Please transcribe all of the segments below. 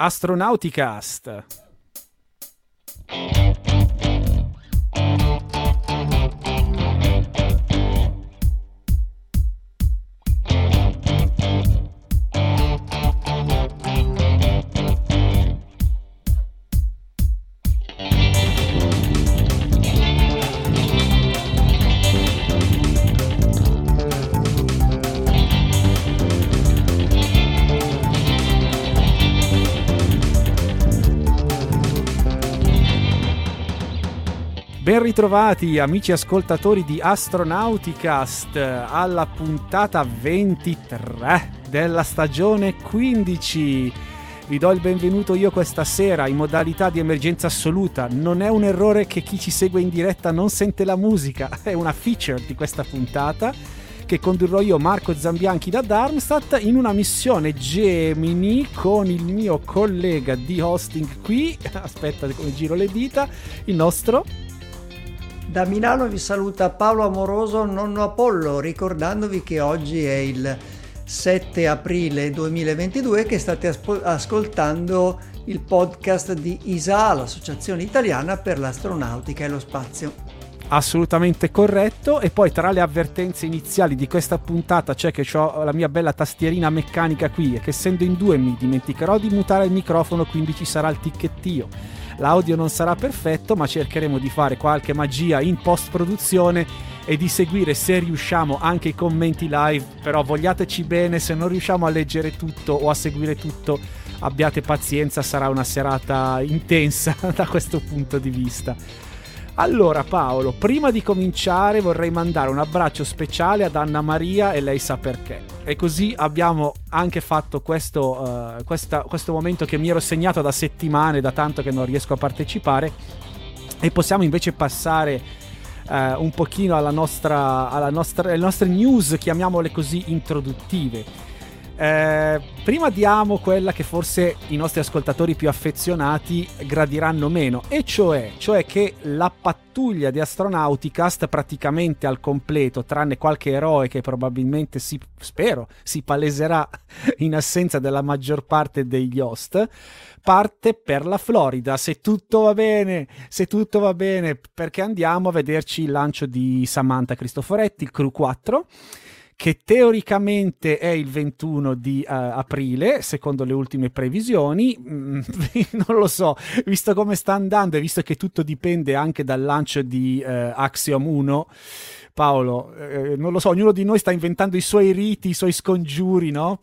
Astronauticast. Ben ritrovati amici ascoltatori di Astronauticast alla puntata 23 della stagione 15. Vi do il benvenuto io questa sera in modalità di emergenza assoluta. Non è un errore che chi ci segue in diretta non sente la musica, è una feature di questa puntata che condurrò io, Marco Zambianchi da Darmstadt, in una missione Gemini con il mio collega di hosting qui, aspetta come giro le dita, il nostro... Da Milano vi saluta Paolo Amoroso, nonno Apollo, ricordandovi che oggi è il 7 aprile 2022 che state ascoltando il podcast di ISA, l'Associazione Italiana per l'Astronautica e lo Spazio. Assolutamente corretto. E poi tra le avvertenze iniziali di questa puntata c'è che ho la mia bella tastierina meccanica qui e che essendo in due mi dimenticherò di mutare il microfono, quindi ci sarà il ticchettio. L'audio non sarà perfetto, ma cercheremo di fare qualche magia in post-produzione e di seguire, se riusciamo, anche i commenti live. Però vogliateci bene, se non riusciamo a leggere tutto o a seguire tutto, abbiate pazienza, sarà una serata intensa da questo punto di vista. Allora Paolo, prima di cominciare vorrei mandare un abbraccio speciale ad Anna Maria e lei sa perché. E così abbiamo anche fatto questo momento che mi ero segnato da settimane, da tanto che non riesco a partecipare, e possiamo invece passare un pochino alle nostre news, chiamiamole così, introduttive. Prima diamo quella che forse i nostri ascoltatori più affezionati gradiranno meno, e cioè che la pattuglia di Astronauticast praticamente al completo, tranne qualche eroe che probabilmente spero si paleserà in assenza della maggior parte degli host, parte per la Florida, se tutto va bene, perché andiamo a vederci il lancio di Samantha Cristoforetti, il Crew 4, che teoricamente è il 21 di aprile, secondo le ultime previsioni. Non lo so, visto come sta andando e visto che tutto dipende anche dal lancio di Axiom 1, Paolo, non lo so, ognuno di noi sta inventando i suoi riti, i suoi scongiuri, no?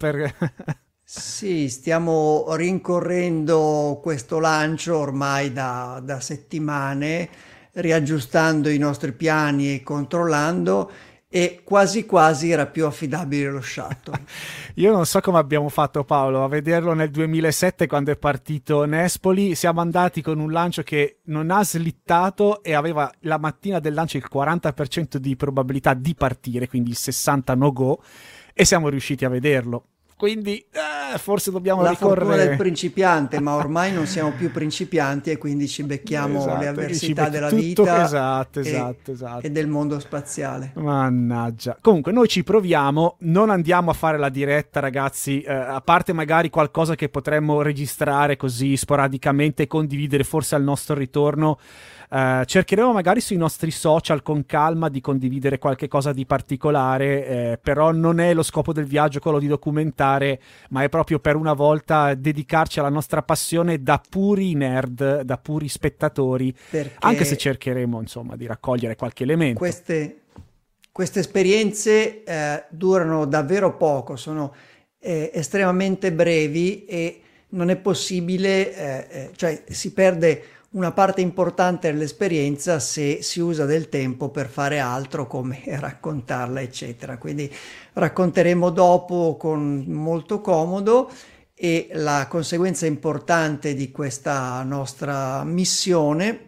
Sì, stiamo rincorrendo questo lancio ormai da settimane, riaggiustando i nostri piani e controllando, e quasi quasi era più affidabile lo shuttle. Io non so come abbiamo fatto, Paolo, a vederlo nel 2007 quando è partito Nespoli. Siamo andati con un lancio che non ha slittato e aveva la mattina del lancio il 40% di probabilità di partire, quindi il 60% no go, e siamo riusciti a vederlo. Quindi forse dobbiamo ricorrere... La fortuna del principiante, ma ormai non siamo più principianti e quindi ci becchiamo le avversità della vita. Esatto. E del mondo spaziale. Mannaggia. Comunque noi ci proviamo, non andiamo a fare la diretta, ragazzi, a parte magari qualcosa che potremmo registrare così sporadicamente e condividere forse al nostro ritorno. Cercheremo magari sui nostri social con calma di condividere qualche cosa di particolare, però non è lo scopo del viaggio quello di documentare, ma è proprio per una volta dedicarci alla nostra passione da puri nerd, da puri spettatori, perché anche se cercheremo insomma di raccogliere qualche elemento. Queste esperienze durano davvero poco, sono estremamente brevi e non è possibile, cioè si perde una parte importante dell'esperienza se si usa del tempo per fare altro come raccontarla, eccetera. Quindi racconteremo dopo con molto comodo, e la conseguenza importante di questa nostra missione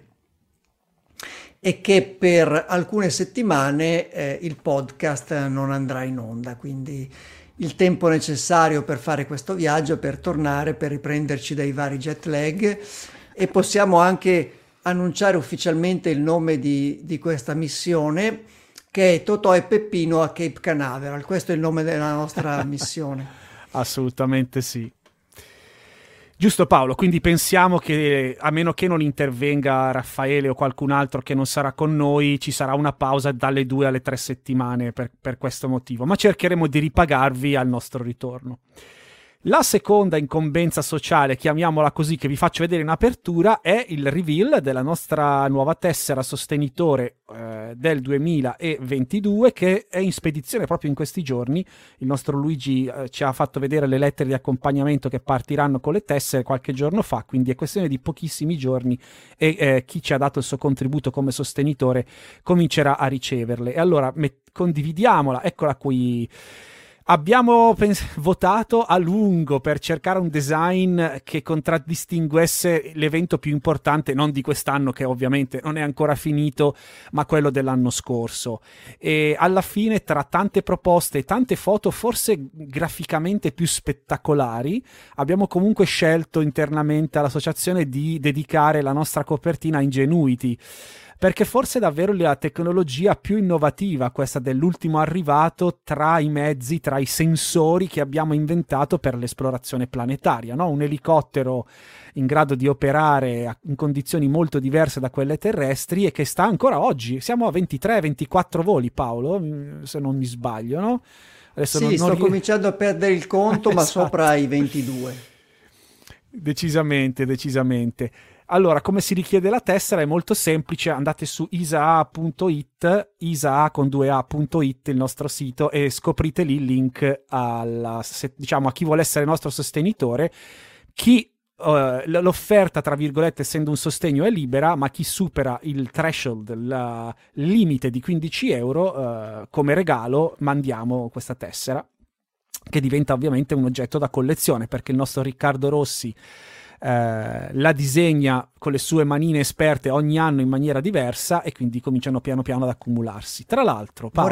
è che per alcune settimane il podcast non andrà in onda, quindi il tempo necessario per fare questo viaggio, per tornare, per riprenderci dai vari jet lag. E possiamo anche annunciare ufficialmente il nome di questa missione, che è Totò e Peppino a Cape Canaveral. Questo è il nome della nostra missione. Assolutamente sì. Giusto Paolo, quindi pensiamo che a meno che non intervenga Raffaele o qualcun altro che non sarà con noi, ci sarà una pausa dalle 2 alle 3 settimane per questo motivo, ma cercheremo di ripagarvi al nostro ritorno. La seconda incombenza sociale, chiamiamola così, che vi faccio vedere in apertura, è il reveal della nostra nuova tessera sostenitore del 2022, che è in spedizione proprio in questi giorni. Il nostro Luigi ci ha fatto vedere le lettere di accompagnamento che partiranno con le tessere qualche giorno fa, quindi è questione di pochissimi giorni e chi ci ha dato il suo contributo come sostenitore comincerà a riceverle. E allora condividiamola, eccola qui. Abbiamo votato a lungo per cercare un design che contraddistinguesse l'evento più importante, non di quest'anno che ovviamente non è ancora finito, ma quello dell'anno scorso. E alla fine, tra tante proposte e tante foto forse graficamente più spettacolari, abbiamo comunque scelto internamente all'associazione di dedicare la nostra copertina a Ingenuity, perché forse è davvero la tecnologia più innovativa, questa dell'ultimo arrivato tra i mezzi, tra i sensori che abbiamo inventato per l'esplorazione planetaria, no? Un elicottero in grado di operare in condizioni molto diverse da quelle terrestri e che sta ancora oggi. Siamo a 23-24 voli, Paolo, se non mi sbaglio, no? Adesso sì, sto cominciando a perdere il conto, ma esatto. Sopra i 22. Decisamente. Allora, come si richiede la tessera? È molto semplice, andate su isaa.it, isaa con 2a.it, il nostro sito, e scoprite lì il link a chi vuole essere nostro sostenitore. L'offerta, tra virgolette, essendo un sostegno, è libera, ma chi supera il threshold, il limite di 15 euro, come regalo mandiamo questa tessera, che diventa ovviamente un oggetto da collezione, perché il nostro Riccardo Rossi la disegna con le sue manine esperte ogni anno in maniera diversa e quindi cominciano piano piano ad accumularsi. Tra l'altro, Paolo,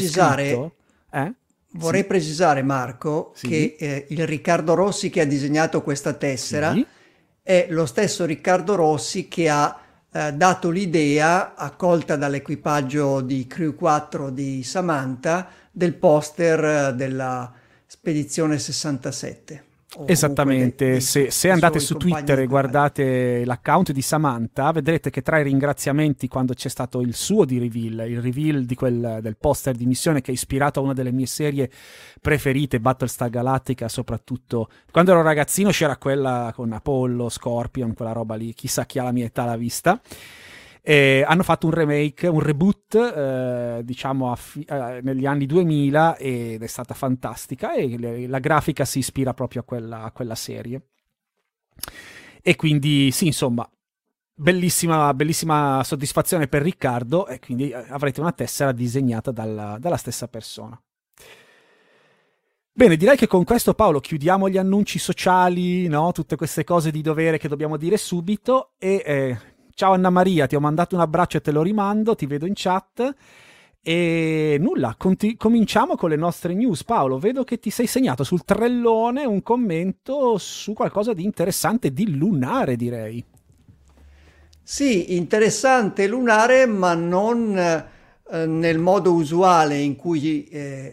vorrei precisare, Marco, sì, che il Riccardo Rossi che ha disegnato questa tessera è lo stesso Riccardo Rossi che ha dato l'idea, accolta dall'equipaggio di Crew 4 di Samantha, del poster della Spedizione 67. Esattamente, se andate su Twitter e guardate l'account di Samantha, vedrete che tra i ringraziamenti, quando c'è stato il suo il reveal del poster di missione, che è ispirato a una delle mie serie preferite, Battlestar Galactica, soprattutto quando ero ragazzino c'era quella con Apollo, Scorpion, quella roba lì, chissà chi ha la mia età l'ha vista. Hanno fatto un remake, un reboot negli anni 2000 ed è stata fantastica, e la grafica si ispira proprio a quella serie, e quindi sì, insomma, bellissima soddisfazione per Riccardo, e quindi avrete una tessera disegnata dalla stessa persona. Bene, direi che con questo, Paolo, chiudiamo gli annunci sociali, no? Tutte queste cose di dovere che dobbiamo dire subito, e ciao Anna Maria, ti ho mandato un abbraccio e te lo rimando, ti vedo in chat. E nulla, cominciamo con le nostre news. Paolo, vedo che ti sei segnato sul trellone un commento su qualcosa di interessante, di lunare, direi. Sì, interessante, lunare, ma non nel modo usuale in cui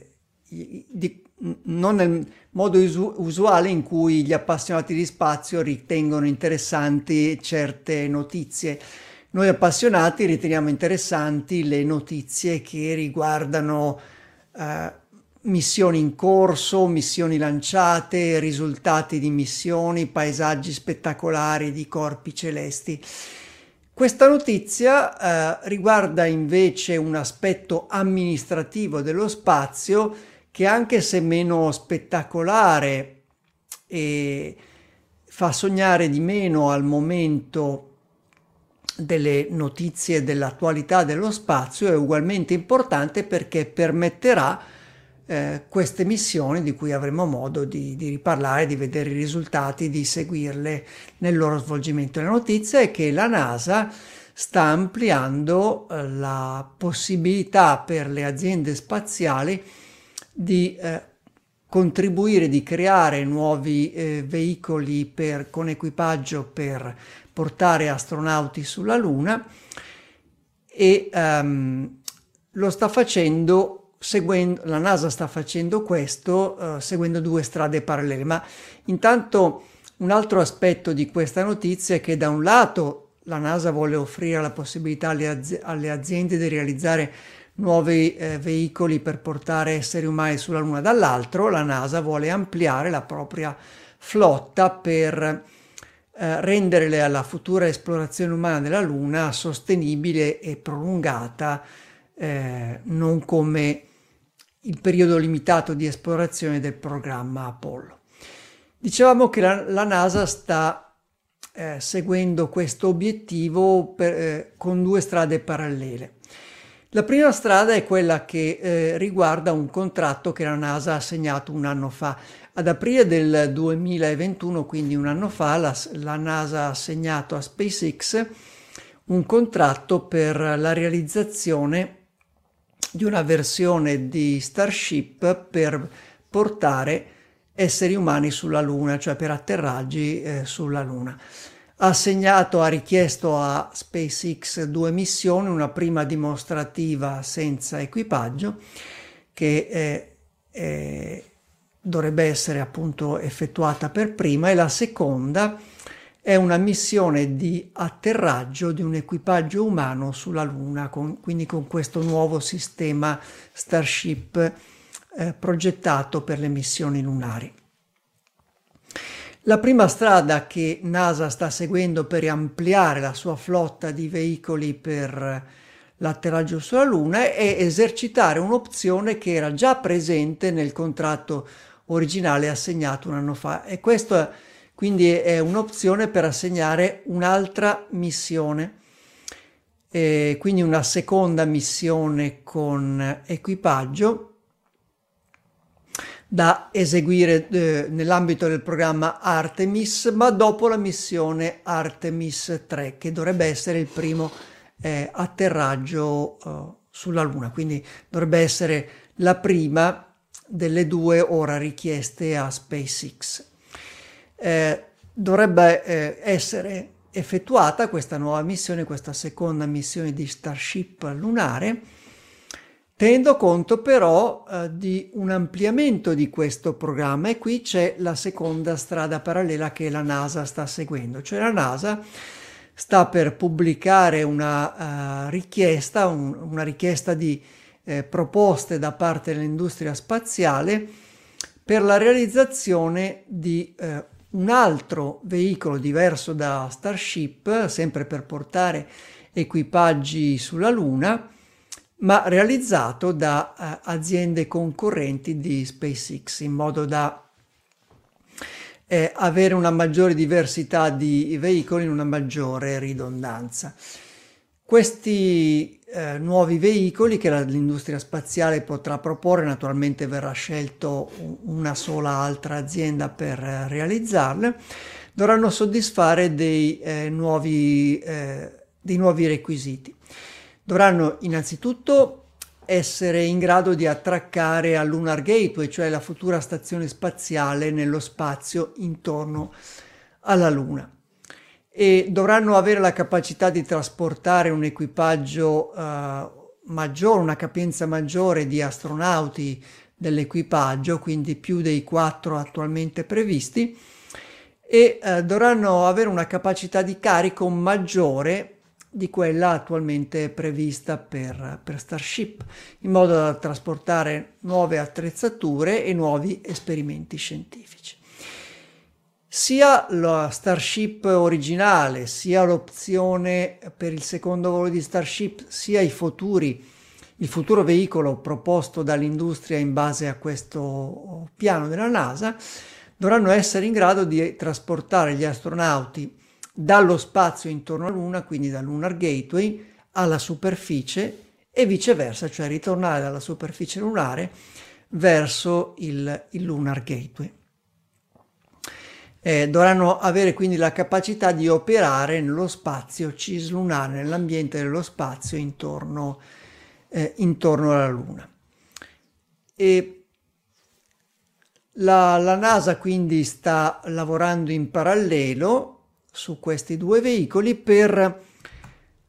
non nel modo usuale in cui gli appassionati di spazio ritengono interessanti certe notizie. Noi appassionati riteniamo interessanti le notizie che riguardano missioni in corso, missioni lanciate, risultati di missioni, paesaggi spettacolari di corpi celesti. Questa notizia riguarda invece un aspetto amministrativo dello spazio che, anche se meno spettacolare e fa sognare di meno al momento delle notizie dell'attualità dello spazio, è ugualmente importante perché permetterà queste missioni, di cui avremo modo di riparlare, di vedere i risultati, di seguirle nel loro svolgimento. La notizia è che la NASA sta ampliando la possibilità per le aziende spaziali di contribuire, di creare nuovi veicoli con equipaggio per portare astronauti sulla Luna, e lo sta facendo la NASA sta facendo questo seguendo due strade parallele. Ma intanto Un altro aspetto di questa notizia è che da un lato la NASA vuole offrire la possibilità alle aziende di realizzare nuovi veicoli per portare esseri umani sulla Luna, dall'altro la NASA vuole ampliare la propria flotta per rendere la futura esplorazione umana della Luna sostenibile e prolungata, non come il periodo limitato di esplorazione del programma Apollo. Dicevamo che la NASA sta seguendo questo obiettivo con due strade parallele. La prima strada è quella che riguarda un contratto che la NASA ha assegnato un anno fa. Ad aprile del 2021, quindi un anno fa, la NASA ha assegnato a SpaceX un contratto per la realizzazione di una versione di Starship per portare esseri umani sulla Luna, cioè per atterraggi sulla Luna. Ha richiesto a SpaceX 2 missioni, una prima dimostrativa senza equipaggio che dovrebbe essere appunto effettuata per prima, e la seconda è una missione di atterraggio di un equipaggio umano sulla Luna, quindi con questo nuovo sistema Starship progettato per le missioni lunari. La prima strada che NASA sta seguendo per ampliare la sua flotta di veicoli per l'atterraggio sulla Luna è esercitare un'opzione che era già presente nel contratto originale assegnato un anno fa, e questa quindi è un'opzione per assegnare un'altra missione, quindi una seconda missione con equipaggio da eseguire nell'ambito del programma Artemis, ma dopo la missione Artemis 3, che dovrebbe essere il primo atterraggio sulla Luna, quindi dovrebbe essere la prima delle due ora richieste a SpaceX. Dovrebbe essere effettuata questa nuova missione, questa seconda missione di Starship lunare, tenendo conto però di un ampliamento di questo programma, e qui c'è la seconda strada parallela che la NASA sta seguendo, cioè la NASA sta per pubblicare una richiesta, una richiesta di proposte da parte dell'industria spaziale per la realizzazione di un altro veicolo diverso da Starship, sempre per portare equipaggi sulla Luna, ma realizzato da aziende concorrenti di SpaceX, in modo da avere una maggiore diversità di veicoli in una maggiore ridondanza. Questi nuovi veicoli che l'industria spaziale potrà proporre, naturalmente verrà scelto una sola altra azienda per realizzarle, dovranno soddisfare dei nuovi requisiti. Dovranno innanzitutto essere in grado di attraccare al Lunar Gateway, cioè la futura stazione spaziale nello spazio intorno alla Luna, e dovranno avere la capacità di trasportare un equipaggio maggiore, una capienza maggiore di astronauti dell'equipaggio, quindi più dei 4 attualmente previsti, e dovranno avere una capacità di carico maggiore di quella attualmente prevista per Starship, in modo da trasportare nuove attrezzature e nuovi esperimenti scientifici. Sia la Starship originale, sia l'opzione per il secondo volo di Starship, sia il futuro veicolo proposto dall'industria in base a questo piano della NASA, dovranno essere in grado di trasportare gli astronauti dallo spazio intorno alla Luna, quindi dal Lunar Gateway, alla superficie, e viceversa, cioè ritornare dalla superficie lunare verso il Lunar Gateway. Dovranno avere quindi la capacità di operare nello spazio cislunare, nell'ambiente dello spazio intorno alla Luna. E la NASA quindi sta lavorando in parallelo su questi due veicoli per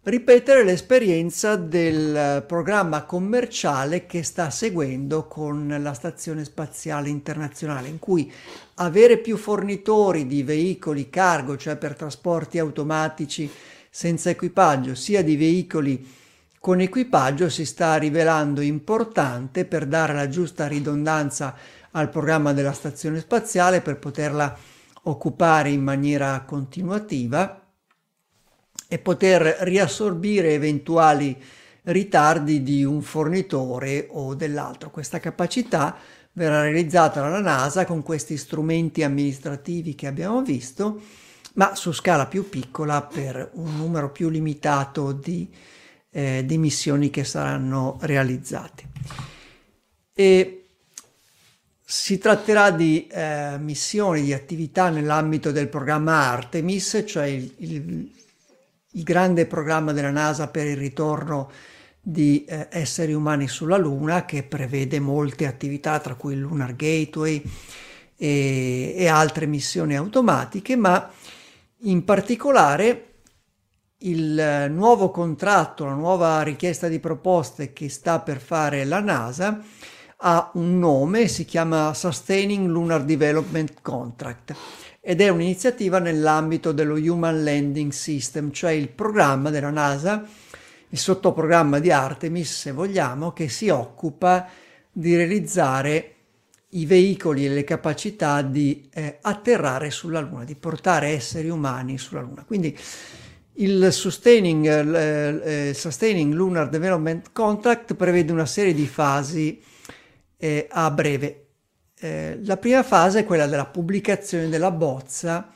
ripetere l'esperienza del programma commerciale che sta seguendo con la Stazione Spaziale Internazionale, in cui avere più fornitori di veicoli cargo, cioè per trasporti automatici senza equipaggio, sia di veicoli con equipaggio, si sta rivelando importante per dare la giusta ridondanza al programma della Stazione Spaziale, per poterla occupare in maniera continuativa e poter riassorbire eventuali ritardi di un fornitore o dell'altro. Questa capacità verrà realizzata dalla NASA con questi strumenti amministrativi che abbiamo visto, ma su scala più piccola, per un numero più limitato di missioni che saranno realizzate. E si tratterà di missioni, di attività nell'ambito del programma Artemis, cioè il grande programma della NASA per il ritorno di esseri umani sulla Luna, che prevede molte attività, tra cui il Lunar Gateway e altre missioni automatiche, ma in particolare il nuovo contratto, la nuova richiesta di proposte che sta per fare la NASA ha un nome, si chiama Sustaining Lunar Development Contract, ed è un'iniziativa nell'ambito dello Human Landing System, cioè il programma della NASA, il sottoprogramma di Artemis, se vogliamo, che si occupa di realizzare i veicoli e le capacità di atterrare sulla Luna, di portare esseri umani sulla Luna. Quindi il Sustaining Lunar Development Contract prevede una serie di fasi a breve. La prima fase è quella della pubblicazione della bozza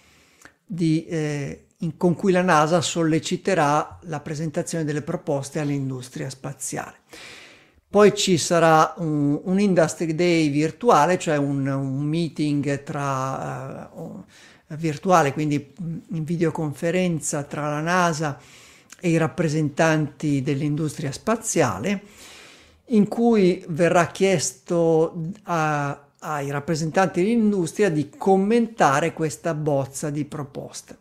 con cui la NASA solleciterà la presentazione delle proposte all'industria spaziale. Poi ci sarà un Industry Day virtuale, cioè un meeting virtuale, quindi in videoconferenza tra la NASA e i rappresentanti dell'industria spaziale, in cui verrà chiesto ai rappresentanti dell'industria di commentare questa bozza di proposta.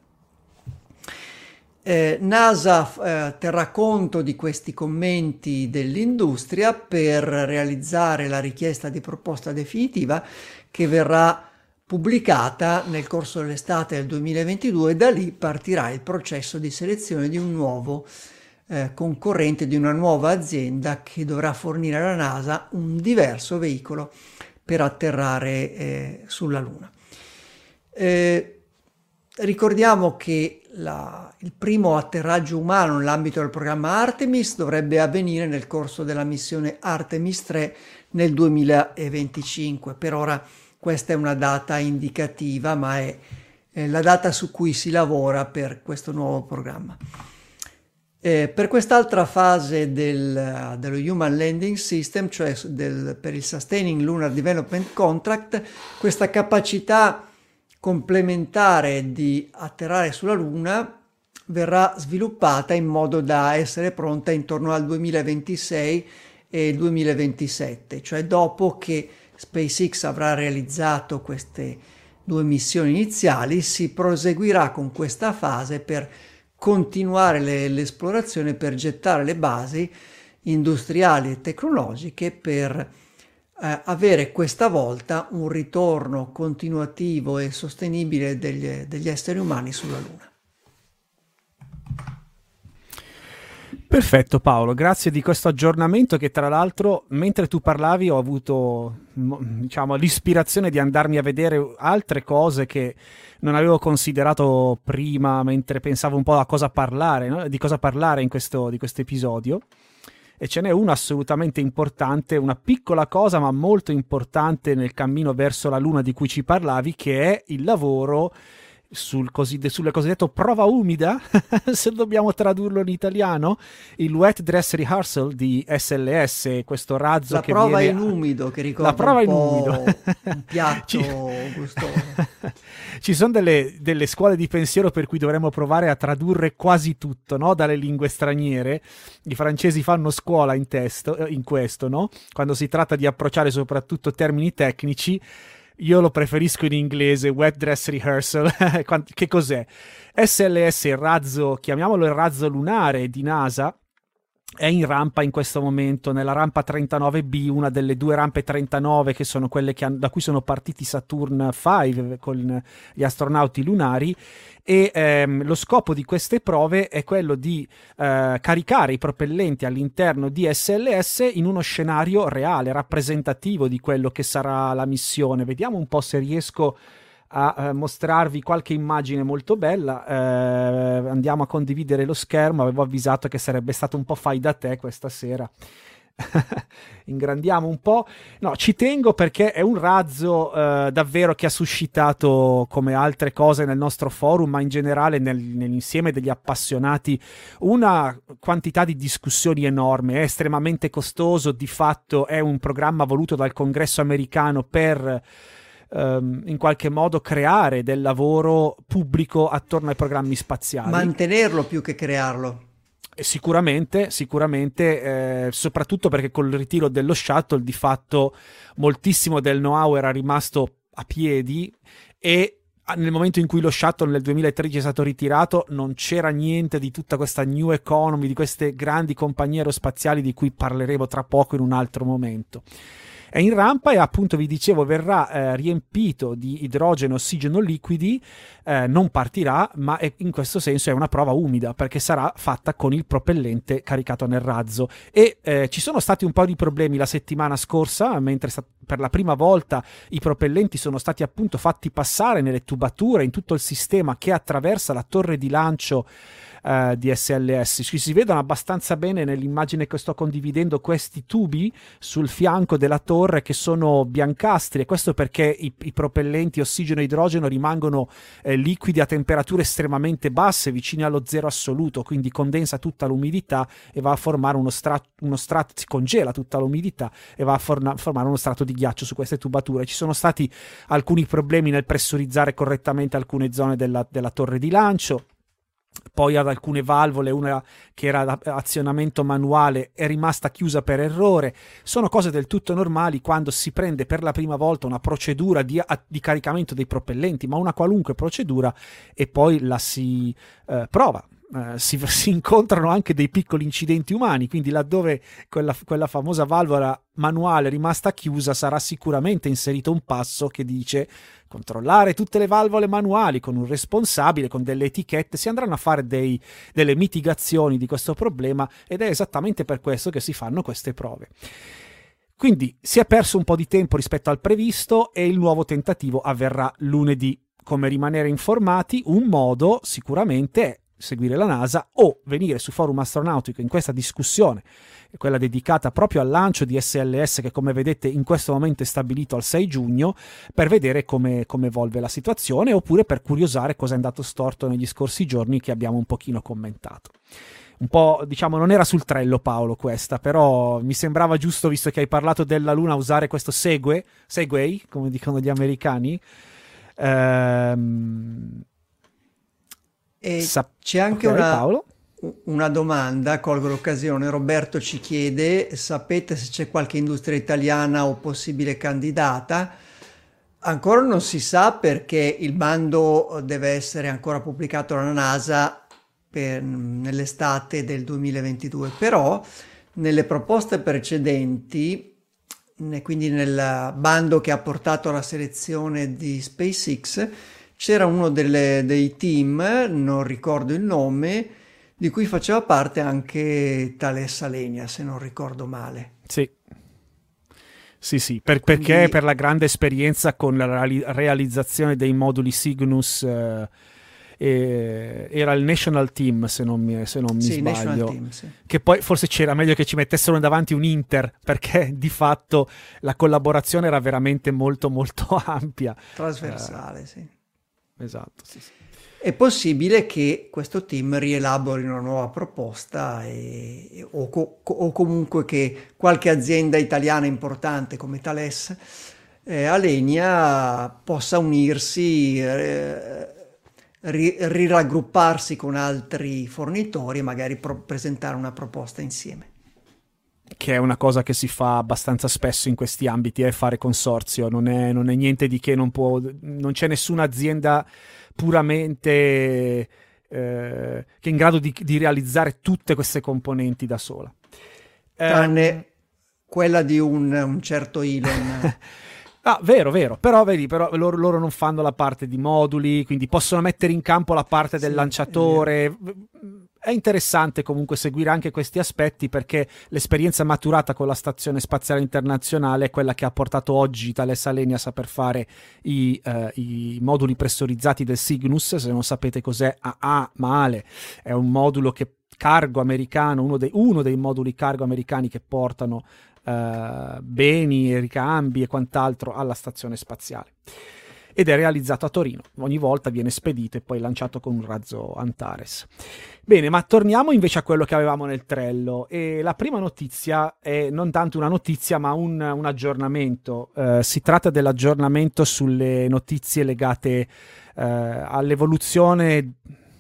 NASA terrà conto di questi commenti dell'industria per realizzare la richiesta di proposta definitiva, che verrà pubblicata nel corso dell'estate del 2022, e da lì partirà il processo di selezione di un nuovo concorrente, di una nuova azienda che dovrà fornire alla NASA un diverso veicolo per atterrare sulla Luna. Ricordiamo che il primo atterraggio umano nell'ambito del programma Artemis dovrebbe avvenire nel corso della missione Artemis 3 nel 2025. Per ora questa è una data indicativa, ma è la data su cui si lavora per questo nuovo programma. Per quest'altra fase dello Human Landing System, cioè per il Sustaining Lunar Development Contract, questa capacità complementare di atterrare sulla Luna verrà sviluppata in modo da essere pronta intorno al 2026 e 2027, cioè dopo che SpaceX avrà realizzato queste due missioni iniziali. Si proseguirà con questa fase per continuare l'esplorazione, per gettare le basi industriali e tecnologiche per avere questa volta un ritorno continuativo e sostenibile degli esseri umani sulla Luna. Perfetto Paolo, grazie di questo aggiornamento, che tra l'altro mentre tu parlavi ho avuto, diciamo, l'ispirazione di andarmi a vedere altre cose che non avevo considerato prima, mentre pensavo un po' a cosa parlare, no? Di cosa parlare di questo episodio. E ce n'è una assolutamente importante, una piccola cosa ma molto importante nel cammino verso la Luna di cui ci parlavi, che è il lavoro sulle cosiddetto prova umida, se dobbiamo tradurlo in italiano, il Wet Dress Rehearsal di SLS, questo razzo che viene... La prova in umido, che ricorda la prova un in umido. Un piatto gustoso. Ci sono delle scuole di pensiero per cui dovremmo provare a tradurre quasi tutto, no? Dalle lingue straniere. I francesi fanno scuola in questo, no? Quando si tratta di approcciare soprattutto termini tecnici. Io lo preferisco in inglese, Wet Dress Rehearsal. Che cos'è? SLS, il razzo, chiamiamolo il razzo lunare di NASA, è in rampa in questo momento, nella rampa 39B, una delle due rampe 39 che sono quelle da cui sono partiti Saturn V con gli astronauti lunari, e lo scopo di queste prove è quello di caricare i propellenti all'interno di SLS in uno scenario reale, rappresentativo di quello che sarà la missione. Vediamo un po' se riesco a mostrarvi qualche immagine molto bella. Andiamo a condividere lo schermo. Avevo avvisato che sarebbe stato un po' fai da te questa sera. Ingrandiamo un po'. No, ci tengo perché è un razzo davvero che ha suscitato, come altre cose nel nostro forum, ma in generale nell'insieme degli appassionati, una quantità di discussioni enorme. È estremamente costoso, di fatto è un programma voluto dal Congresso americano per in qualche modo creare del lavoro pubblico attorno ai programmi spaziali. Mantenerlo più che crearlo. Sicuramente, soprattutto perché col ritiro dello shuttle di fatto moltissimo del know-how era rimasto a piedi, e nel momento in cui lo shuttle nel 2013 è stato ritirato non c'era niente di tutta questa new economy, di queste grandi compagnie aerospaziali di cui parleremo tra poco in un altro momento. È in rampa e appunto vi dicevo verrà riempito di idrogeno e ossigeno liquidi, non partirà, ma in questo senso è una prova umida perché sarà fatta con il propellente caricato nel razzo, e ci sono stati un po' di problemi la settimana scorsa, mentre per la prima volta i propellenti sono stati appunto fatti passare nelle tubature in tutto il sistema che attraversa la torre di lancio di SLS. Ci si vedono abbastanza bene nell'immagine che sto condividendo questi tubi sul fianco della torre che sono biancastri, e questo perché i propellenti ossigeno e idrogeno rimangono liquidi a temperature estremamente basse, vicine allo zero assoluto, quindi condensa tutta l'umidità e va a formare uno strato, si congela tutta l'umidità e va a formare uno strato di ghiaccio su queste tubature. Ci sono stati alcuni problemi nel pressurizzare correttamente alcune zone della torre di lancio. Poi ad alcune valvole, una che era da azionamento manuale è rimasta chiusa per errore. Sono cose del tutto normali quando si prende per la prima volta una procedura di caricamento dei propellenti, ma una qualunque procedura, e poi la si prova. Si incontrano anche dei piccoli incidenti umani, quindi laddove quella famosa valvola manuale rimasta chiusa sarà sicuramente inserito un passo che dice controllare tutte le valvole manuali con un responsabile, con delle etichette. Si andranno a fare delle mitigazioni di questo problema, ed è esattamente per questo che si fanno queste prove. Quindi si è perso un po' di tempo rispetto al previsto e il nuovo tentativo avverrà lunedì. Come rimanere informati? Un modo sicuramente è seguire la NASA o venire su Forum Astronautico in questa discussione, quella dedicata proprio al lancio di SLS, che come vedete in questo momento è stabilito al 6 giugno, per vedere come evolve la situazione, oppure per curiosare cosa è andato storto negli scorsi giorni che abbiamo un pochino commentato. Un po', diciamo, non era sul trello, Paolo, questa, però mi sembrava giusto, visto che hai parlato della Luna, usare questo Segway, come dicono gli americani. E c'è anche una domanda, colgo l'occasione. Roberto ci chiede: sapete se c'è qualche industria italiana o possibile candidata? Ancora non si sa, perché il bando deve essere ancora pubblicato dalla NASA nell'estate del 2022, però nelle proposte precedenti, quindi nel bando che ha portato alla selezione di SpaceX, c'era uno dei team, non ricordo il nome, di cui faceva parte anche Thales Alenia, se non ricordo male. Sì, perché per la grande esperienza con la realizzazione dei moduli Cygnus, era il National Team, se non mi sbaglio, Team, sì. Che poi forse c'era meglio che ci mettessero davanti un Inter, perché di fatto la collaborazione era veramente molto molto ampia, trasversale, sì. Esatto, sì. È possibile che questo team rielabori una nuova proposta o comunque che qualche azienda italiana importante come Thales Alenia possa unirsi, riraggrupparsi con altri fornitori e magari presentare una proposta insieme. che è una cosa che si fa abbastanza spesso in questi ambiti, è fare consorzio, non è niente di che, non c'è nessuna azienda puramente che è in grado di realizzare tutte queste componenti da sola. Tranne quella di un certo Elon. Ah, vero, però vedi, loro non fanno la parte di moduli, quindi possono mettere in campo la parte del lanciatore. È interessante comunque seguire anche questi aspetti, perché l'esperienza maturata con la Stazione Spaziale Internazionale è quella che ha portato oggi Thales Alenia a saper fare i moduli pressurizzati del Cygnus. Se non sapete cos'è, male, è un modulo cargo americano, uno dei moduli cargo americani che portano beni e ricambi e quant'altro alla stazione spaziale, ed è realizzato a Torino. Ogni volta viene spedito e poi lanciato con un razzo Antares. Bene, ma torniamo invece a quello che avevamo nel trello, e la prima notizia è non tanto una notizia ma un aggiornamento. Si tratta dell'aggiornamento sulle notizie legate all'evoluzione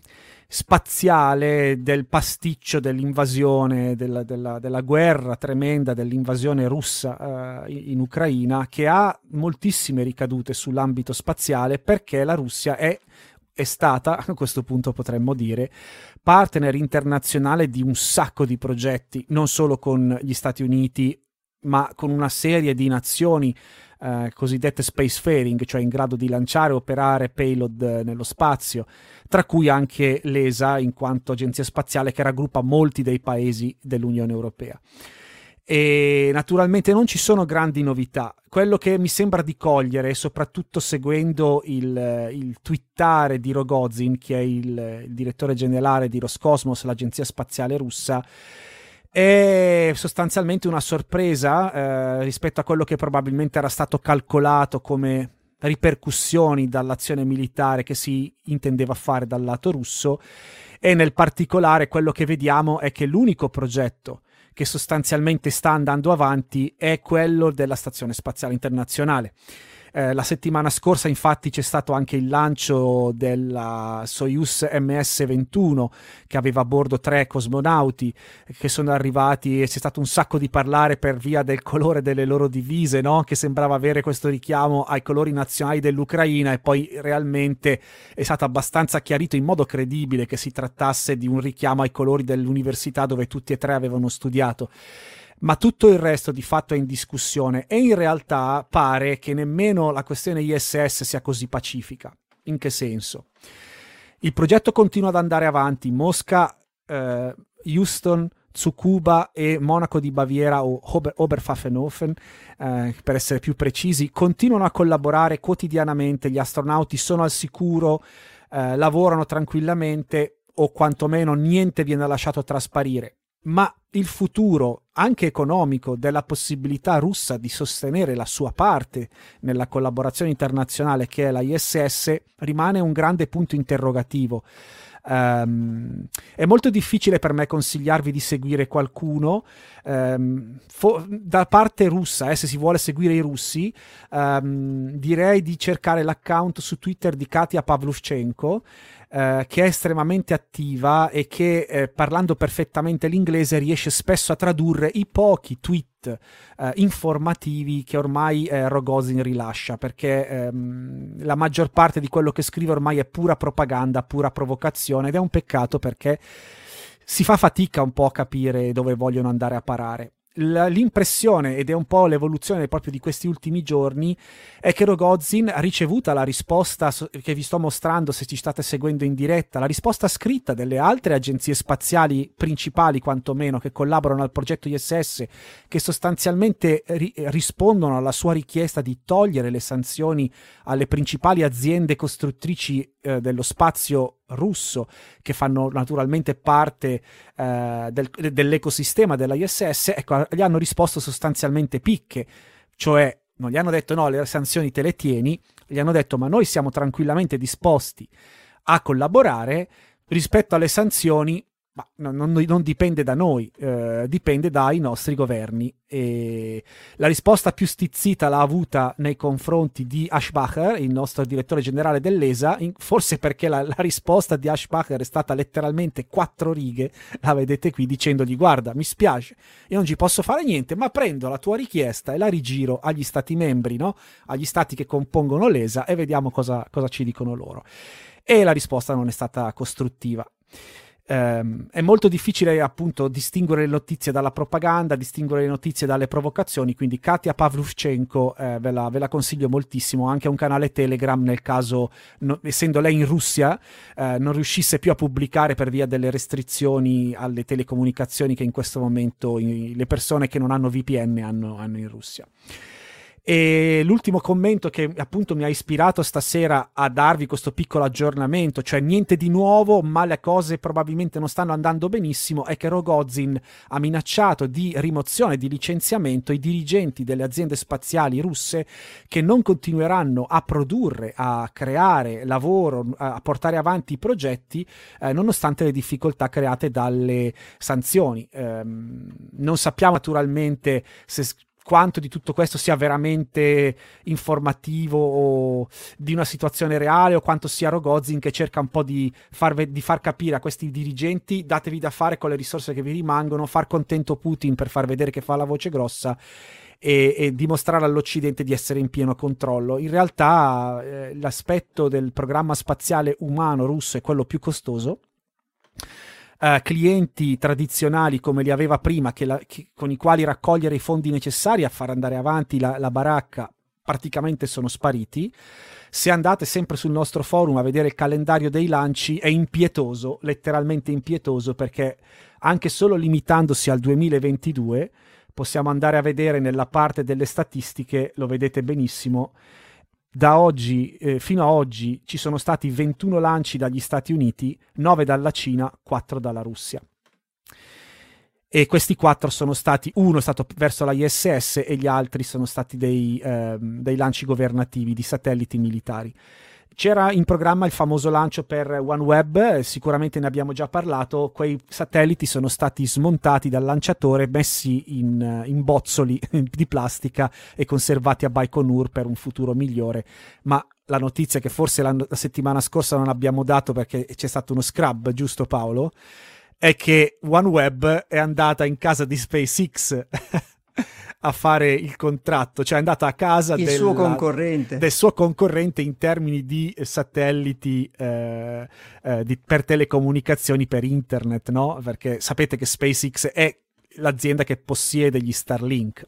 spaziale del pasticcio dell'invasione, della guerra tremenda dell'invasione russa in Ucraina, che ha moltissime ricadute sull'ambito spaziale, perché la Russia è stata, a questo punto potremmo dire, partner internazionale di un sacco di progetti, non solo con gli Stati Uniti, ma con una serie di nazioni cosiddette spacefaring, cioè in grado di lanciare e operare payload nello spazio, tra cui anche l'ESA in quanto agenzia spaziale che raggruppa molti dei paesi dell'Unione Europea. E naturalmente non ci sono grandi novità. Quello che mi sembra di cogliere, soprattutto seguendo il twittare di Rogozin, che è il direttore generale di Roscosmos, l'agenzia spaziale russa, è sostanzialmente una sorpresa rispetto a quello che probabilmente era stato calcolato come ripercussioni dall'azione militare che si intendeva fare dal lato russo, e nel particolare quello che vediamo è che l'unico progetto che sostanzialmente sta andando avanti è quello della Stazione Spaziale Internazionale. La settimana scorsa infatti c'è stato anche il lancio della Soyuz MS-21, che aveva a bordo 3 cosmonauti che sono arrivati, e c'è stato un sacco di parlare per via del colore delle loro divise, no? Che sembrava avere questo richiamo ai colori nazionali dell'Ucraina, e poi realmente è stato abbastanza chiarito in modo credibile che si trattasse di un richiamo ai colori dell'università dove tutti e tre avevano studiato. Ma tutto il resto di fatto è in discussione, e in realtà pare che nemmeno la questione ISS sia così pacifica. In che senso? Il progetto continua ad andare avanti. Mosca, Houston, Tsukuba e Monaco di Baviera, o Oberpfaffenhofen, per essere più precisi, continuano a collaborare quotidianamente. Gli astronauti sono al sicuro, lavorano tranquillamente, o quantomeno niente viene lasciato trasparire. Ma il futuro, anche economico, della possibilità russa di sostenere la sua parte nella collaborazione internazionale che è la ISS rimane un grande punto interrogativo. È molto difficile per me consigliarvi di seguire qualcuno da parte russa, se si vuole seguire i russi. Direi di cercare l'account su Twitter di Katia Pavlushchenko, che è estremamente attiva e che parlando perfettamente l'inglese riesce spesso a tradurre i pochi tweet informativi che ormai Rogozin rilascia, perché la maggior parte di quello che scrive ormai è pura propaganda, pura provocazione, ed è un peccato perché si fa fatica un po' a capire dove vogliono andare a parare. L'impressione, ed è un po' l'evoluzione proprio di questi ultimi giorni, è che Rogozin, ricevuta la risposta che vi sto mostrando se ci state seguendo in diretta, la risposta scritta delle altre agenzie spaziali principali quantomeno che collaborano al progetto ISS, che sostanzialmente rispondono alla sua richiesta di togliere le sanzioni alle principali aziende costruttrici dello spazio russo, che fanno naturalmente parte dell'ecosistema della ISS, ecco, gli hanno risposto sostanzialmente picche, cioè non gli hanno detto no, le sanzioni te le tieni, gli hanno detto ma noi siamo tranquillamente disposti a collaborare, rispetto alle sanzioni Ma non dipende da noi, dipende dai nostri governi. E la risposta più stizzita l'ha avuta nei confronti di Aschbacher, il nostro direttore generale dell'ESA, forse perché la risposta di Aschbacher è stata letteralmente 4 righe, la vedete qui, dicendogli: guarda, mi spiace, io non ci posso fare niente, ma prendo la tua richiesta e la rigiro agli stati membri, no? Agli stati che compongono l'ESA, e vediamo cosa ci dicono loro. E la risposta non è stata costruttiva. È molto difficile appunto distinguere le notizie dalla propaganda, distinguere le notizie dalle provocazioni, quindi Katia Pavlushchenko ve la consiglio moltissimo, anche un canale Telegram nel caso, essendo lei in Russia, non riuscisse più a pubblicare per via delle restrizioni alle telecomunicazioni che in questo momento le persone che non hanno VPN hanno in Russia. E l'ultimo commento che appunto mi ha ispirato stasera a darvi questo piccolo aggiornamento, cioè niente di nuovo ma le cose probabilmente non stanno andando benissimo, è che Rogozin ha minacciato di rimozione, di licenziamento i dirigenti delle aziende spaziali russe che non continueranno a produrre, a creare lavoro, a portare avanti i progetti nonostante le difficoltà create dalle sanzioni. Non sappiamo naturalmente quanto di tutto questo sia veramente informativo o di una situazione reale, o quanto sia Rogozin che cerca un po' di far capire a questi dirigenti: datevi da fare con le risorse che vi rimangono, far contento Putin per far vedere che fa la voce grossa e dimostrare all'Occidente di essere in pieno controllo. In realtà l'aspetto del programma spaziale umano russo è quello più costoso. Clienti tradizionali come li aveva prima, con i quali raccogliere i fondi necessari a far andare avanti la baracca, praticamente sono spariti. Se andate sempre sul nostro forum a vedere il calendario dei lanci, è impietoso, letteralmente impietoso, perché anche solo limitandosi al 2022 possiamo andare a vedere nella parte delle statistiche, lo vedete benissimo. Da oggi fino a oggi ci sono stati 21 lanci dagli Stati Uniti, 9 dalla Cina, 4 dalla Russia. E questi 4 sono stati, uno è stato verso la ISS e gli altri sono stati dei lanci governativi di satelliti militari. C'era in programma il famoso lancio per OneWeb, sicuramente ne abbiamo già parlato. Quei satelliti sono stati smontati dal lanciatore, messi in bozzoli di plastica e conservati a Baikonur per un futuro migliore. Ma la notizia che forse la settimana scorsa non abbiamo dato perché c'è stato uno scrub, giusto Paolo? È che OneWeb è andata in casa di SpaceX a fare il contratto, cioè è andata a casa del suo concorrente in termini di satelliti per telecomunicazioni, per internet, no? Perché sapete che SpaceX è l'azienda che possiede gli Starlink,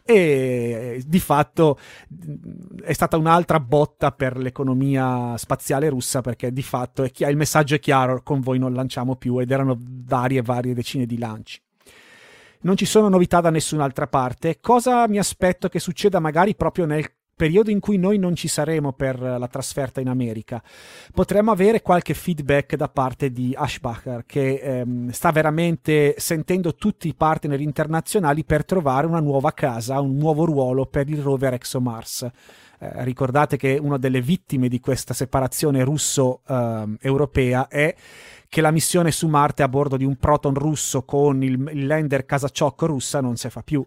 e di fatto è stata un'altra botta per l'economia spaziale russa, perché di fatto il messaggio è chiaro: con voi non lanciamo più, ed erano varie decine di lanci. Non ci sono novità da nessun'altra parte. Cosa mi aspetto che succeda magari proprio nel periodo in cui noi non ci saremo per la trasferta in America? Potremmo avere qualche feedback da parte di Aschbacher, che sta veramente sentendo tutti i partner internazionali per trovare una nuova casa, un nuovo ruolo per il rover ExoMars. Ricordate che una delle vittime di questa separazione russo-europea è che la missione su Marte a bordo di un Proton russo con il lander Kazachok russa non si fa più.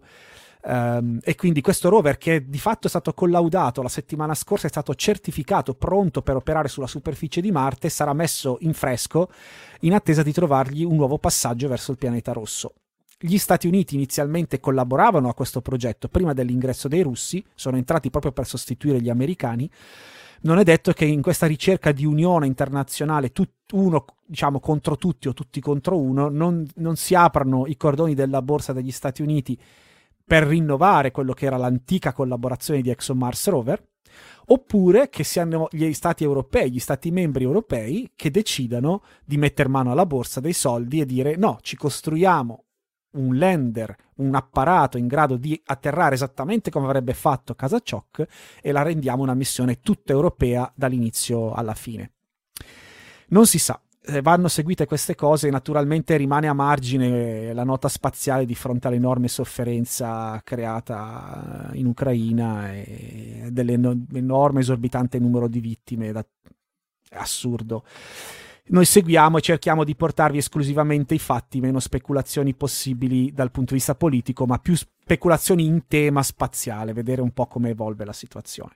E quindi questo rover, che di fatto è stato collaudato la settimana scorsa, è stato certificato pronto per operare sulla superficie di Marte, sarà messo in fresco in attesa di trovargli un nuovo passaggio verso il pianeta rosso. Gli Stati Uniti inizialmente collaboravano a questo progetto prima dell'ingresso dei russi, sono entrati proprio per sostituire gli americani. Non è detto che in questa ricerca di unione internazionale, uno diciamo contro tutti o tutti contro uno, non si aprano i cordoni della borsa degli Stati Uniti per rinnovare quello che era l'antica collaborazione di ExoMars Rover, oppure che siano gli stati europei, gli stati membri europei, che decidano di mettere mano alla borsa dei soldi e dire: no, ci costruiamo un lander, un apparato in grado di atterrare esattamente come avrebbe fatto Kazachok, e la rendiamo una missione tutta europea dall'inizio alla fine. Non si sa. Vanno seguite queste cose, naturalmente rimane a margine la nota spaziale di fronte all'enorme sofferenza creata in Ucraina e dell'enorme esorbitante numero di vittime. È assurdo. noi seguiamo e cerchiamo di portarvi esclusivamente i fatti, meno speculazioni possibili dal punto di vista politico, ma più speculazioni in tema spaziale, vedere un po' come evolve la situazione.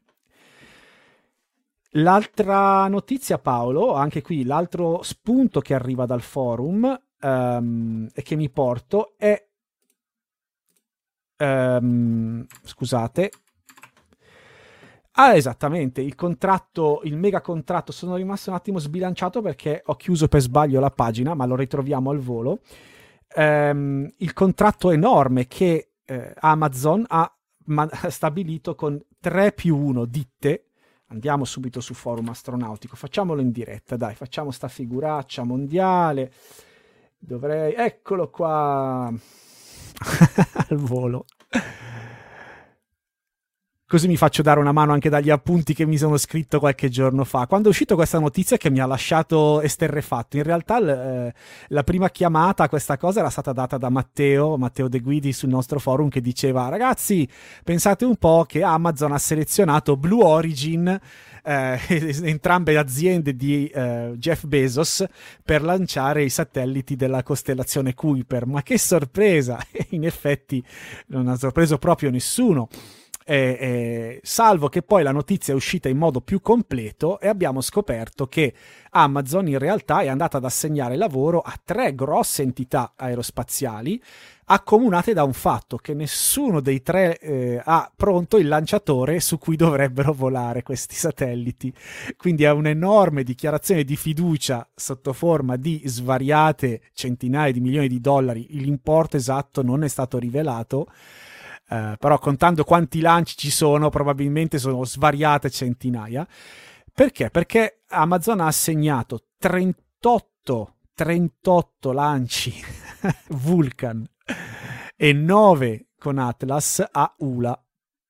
L'altra notizia, Paolo, anche qui l'altro spunto che arriva dal forum e che mi porto è scusate. Esattamente, il mega contratto, sono rimasto un attimo sbilanciato perché ho chiuso per sbaglio la pagina, ma lo ritroviamo al volo. Il contratto enorme che Amazon ha stabilito con 3+1 ditte. Andiamo subito su Forum Astronautico, facciamolo in diretta, dai, facciamo sta figuraccia mondiale. Eccolo qua al volo. Così mi faccio dare una mano anche dagli appunti che mi sono scritto qualche giorno fa. Quando è uscito questa notizia che mi ha lasciato esterrefatto, in realtà la prima chiamata a questa cosa era stata data da Matteo De Guidi sul nostro forum, che diceva: ragazzi, pensate un po' che Amazon ha selezionato Blue Origin, entrambe le aziende di Jeff Bezos, per lanciare i satelliti della costellazione Kuiper. Ma che sorpresa! In effetti non ha sorpreso proprio nessuno. Salvo che poi la notizia è uscita in modo più completo e abbiamo scoperto che Amazon in realtà è andata ad assegnare lavoro a 3 grosse entità aerospaziali, accomunate da un fatto: che nessuno dei 3 ha pronto il lanciatore su cui dovrebbero volare questi satelliti. Quindi è un'enorme dichiarazione di fiducia sotto forma di svariate centinaia di milioni di dollari. L'importo esatto non è stato rivelato, però contando quanti lanci ci sono, probabilmente sono svariate centinaia. Perché? Perché Amazon ha assegnato 38 lanci Vulcan e 9 con Atlas a ULA,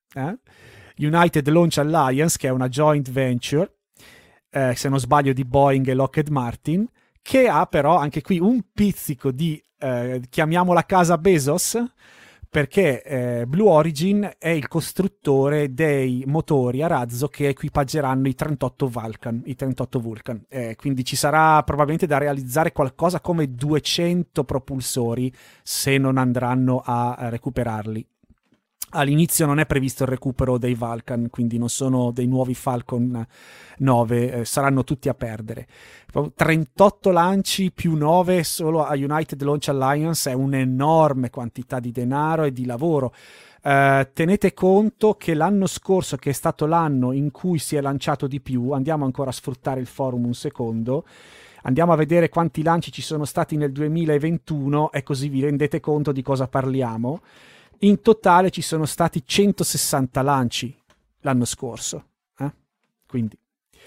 United Launch Alliance, che è una joint venture, se non sbaglio, di Boeing e Lockheed Martin, che ha però anche qui un pizzico di chiamiamola casa Bezos, perché Blue Origin è il costruttore dei motori a razzo che equipaggeranno i 38 Vulcan. Quindi ci sarà probabilmente da realizzare qualcosa come 200 propulsori se non andranno a recuperarli. All'inizio non è previsto il recupero dei Vulcan, quindi non sono dei nuovi Falcon 9, saranno tutti a perdere. 38 lanci più 9 solo a United Launch Alliance è un'enorme quantità di denaro e di lavoro. Tenete conto che l'anno scorso, che è stato l'anno in cui si è lanciato di più, andiamo ancora a sfruttare il forum un secondo, andiamo a vedere quanti lanci ci sono stati nel 2021 e così vi rendete conto di cosa parliamo. In totale ci sono stati 160 lanci l'anno scorso. Quindi.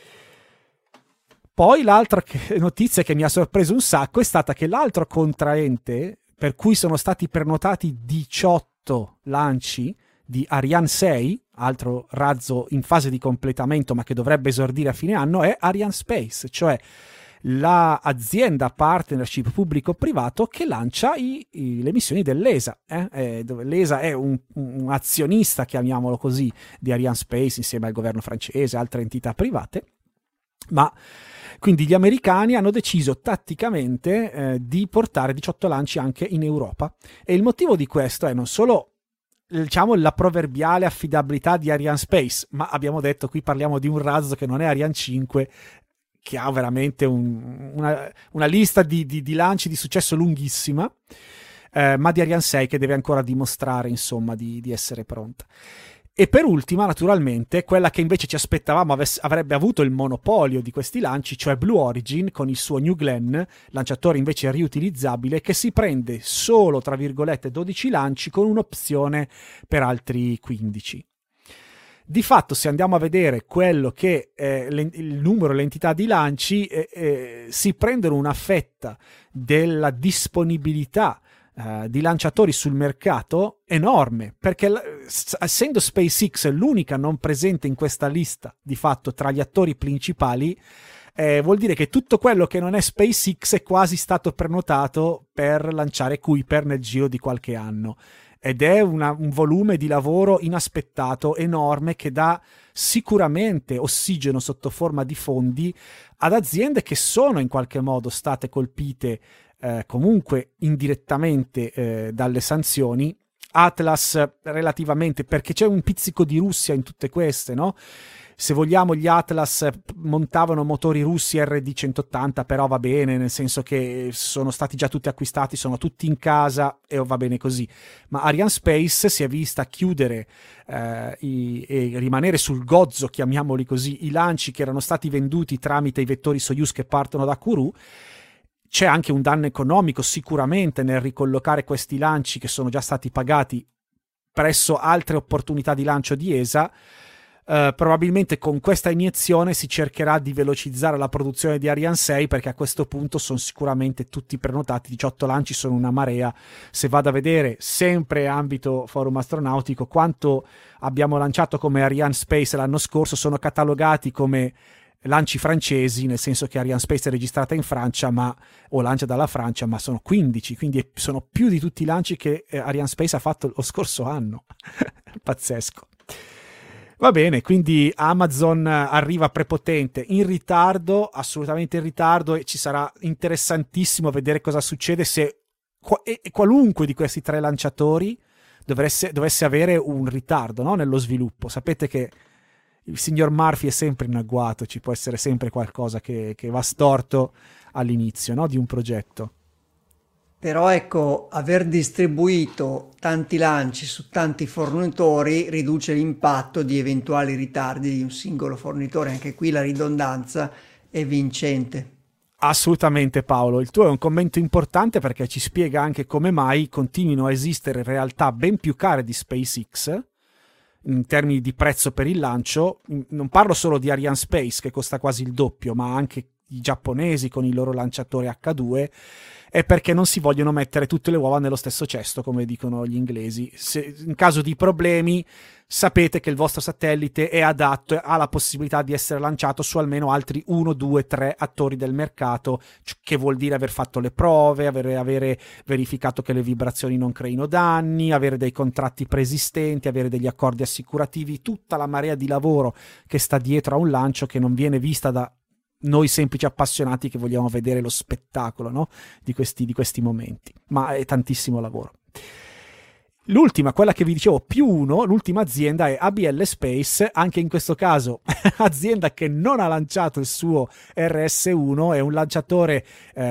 Poi l'altra notizia che mi ha sorpreso un sacco è stata che l'altro contraente, per cui sono stati prenotati 18 lanci di Ariane 6, altro razzo in fase di completamento ma che dovrebbe esordire a fine anno, è Ariane Space, cioè l'azienda partnership pubblico-privato che lancia le missioni dell'ESA, dove l'ESA è un azionista, chiamiamolo così, di Ariane Space insieme al governo francese e altre entità private. Ma quindi gli americani hanno deciso tatticamente di portare 18 lanci anche in Europa, e il motivo di questo è non solo, diciamo, la proverbiale affidabilità di Ariane Space, ma abbiamo detto qui parliamo di un razzo che non è Ariane 5, che ha veramente una lista di lanci di successo lunghissima, ma di Ariane 6 che deve ancora dimostrare, insomma, di essere pronta. E per ultima, naturalmente, quella che invece ci aspettavamo avrebbe avuto il monopolio di questi lanci, cioè Blue Origin con il suo New Glenn, lanciatore invece riutilizzabile, che si prende solo, tra virgolette, 12 lanci con un'opzione per altri 15. Di fatto, se andiamo a vedere quello che il numero e l'entità di lanci, si prendono una fetta della disponibilità di lanciatori sul mercato enorme, perché essendo SpaceX l'unica non presente in questa lista di fatto tra gli attori principali, vuol dire che tutto quello che non è SpaceX è quasi stato prenotato per lanciare Kuiper nel giro di qualche anno. Ed è un volume di lavoro inaspettato, enorme, che dà sicuramente ossigeno sotto forma di fondi ad aziende che sono in qualche modo state colpite comunque indirettamente dalle sanzioni. Atlas relativamente, perché c'è un pizzico di Russia in tutte queste, no? Se vogliamo, gli Atlas montavano motori russi RD180, però va bene, nel senso che sono stati già tutti acquistati, sono tutti in casa e va bene così. Ma Arianespace si è vista chiudere e rimanere sul gozzo, chiamiamoli così, i lanci che erano stati venduti tramite i vettori Soyuz che partono da Kourou. C'è anche un danno economico sicuramente nel ricollocare questi lanci che sono già stati pagati presso altre opportunità di lancio di ESA. Probabilmente con questa iniezione si cercherà di velocizzare la produzione di Ariane 6, perché a questo punto sono sicuramente tutti prenotati. 18 lanci sono una marea. Se vado a vedere, sempre ambito forum astronautico, quanto abbiamo lanciato come Arianespace l'anno scorso, sono catalogati come lanci francesi, nel senso che Arianespace è registrata in Francia o lancia dalla Francia, ma sono 15, quindi sono più di tutti i lanci che Arianespace ha fatto lo scorso anno. Pazzesco. Va bene, quindi Amazon arriva prepotente, in ritardo, assolutamente in ritardo, e ci sarà interessantissimo vedere cosa succede se qualunque di questi 3 lanciatori dovesse avere un ritardo, no? Nello sviluppo. Sapete che il signor Murphy è sempre in agguato, ci può essere sempre qualcosa che va storto all'inizio, no? Di un progetto. Però ecco, aver distribuito tanti lanci su tanti fornitori riduce l'impatto di eventuali ritardi di un singolo fornitore. Anche qui la ridondanza è vincente. Assolutamente, Paolo, il tuo è un commento importante, perché ci spiega anche come mai continuino a esistere realtà ben più care di SpaceX in termini di prezzo per il lancio. Non parlo solo di Arianespace, che costa quasi il doppio, ma anche i giapponesi con i loro lanciatori H2, è perché non si vogliono mettere tutte le uova nello stesso cesto, come dicono gli inglesi. Se in caso di problemi sapete che il vostro satellite è adatto e ha la possibilità di essere lanciato su almeno altri 1, 2, 3 attori del mercato, che vuol dire aver fatto le prove, avere verificato che le vibrazioni non creino danni, avere dei contratti preesistenti, avere degli accordi assicurativi, tutta la marea di lavoro che sta dietro a un lancio, che non viene vista da noi semplici appassionati che vogliamo vedere lo spettacolo, no? di questi momenti, ma è tantissimo lavoro. L'ultima, quella che vi dicevo più uno, l'ultima azienda è ABL Space, anche in questo caso azienda che non ha lanciato il suo RS1, è un lanciatore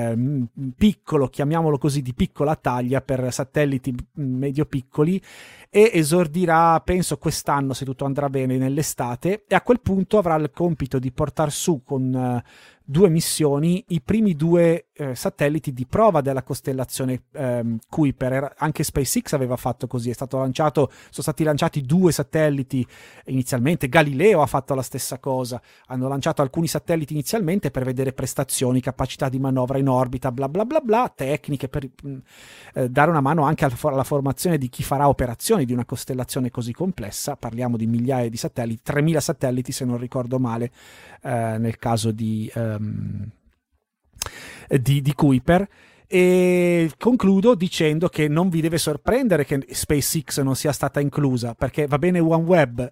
piccolo, chiamiamolo così, di piccola taglia per satelliti medio piccoli, e esordirà, penso, quest'anno, se tutto andrà bene, nell'estate, e a quel punto avrà il compito di portare su con 2 missioni i primi 2 satelliti di prova della costellazione Kuiper. Anche SpaceX aveva fatto così, sono stati lanciati 2 satelliti inizialmente. Galileo ha fatto la stessa cosa, hanno lanciato alcuni satelliti inizialmente per vedere prestazioni, capacità di manovra in orbita, bla bla bla bla, tecniche per dare una mano anche alla formazione di chi farà operazioni di una costellazione così complessa. Parliamo di migliaia di satelliti, 3000 satelliti se non ricordo male, nel caso di Kuiper. E concludo dicendo che non vi deve sorprendere che SpaceX non sia stata inclusa, perché va bene OneWeb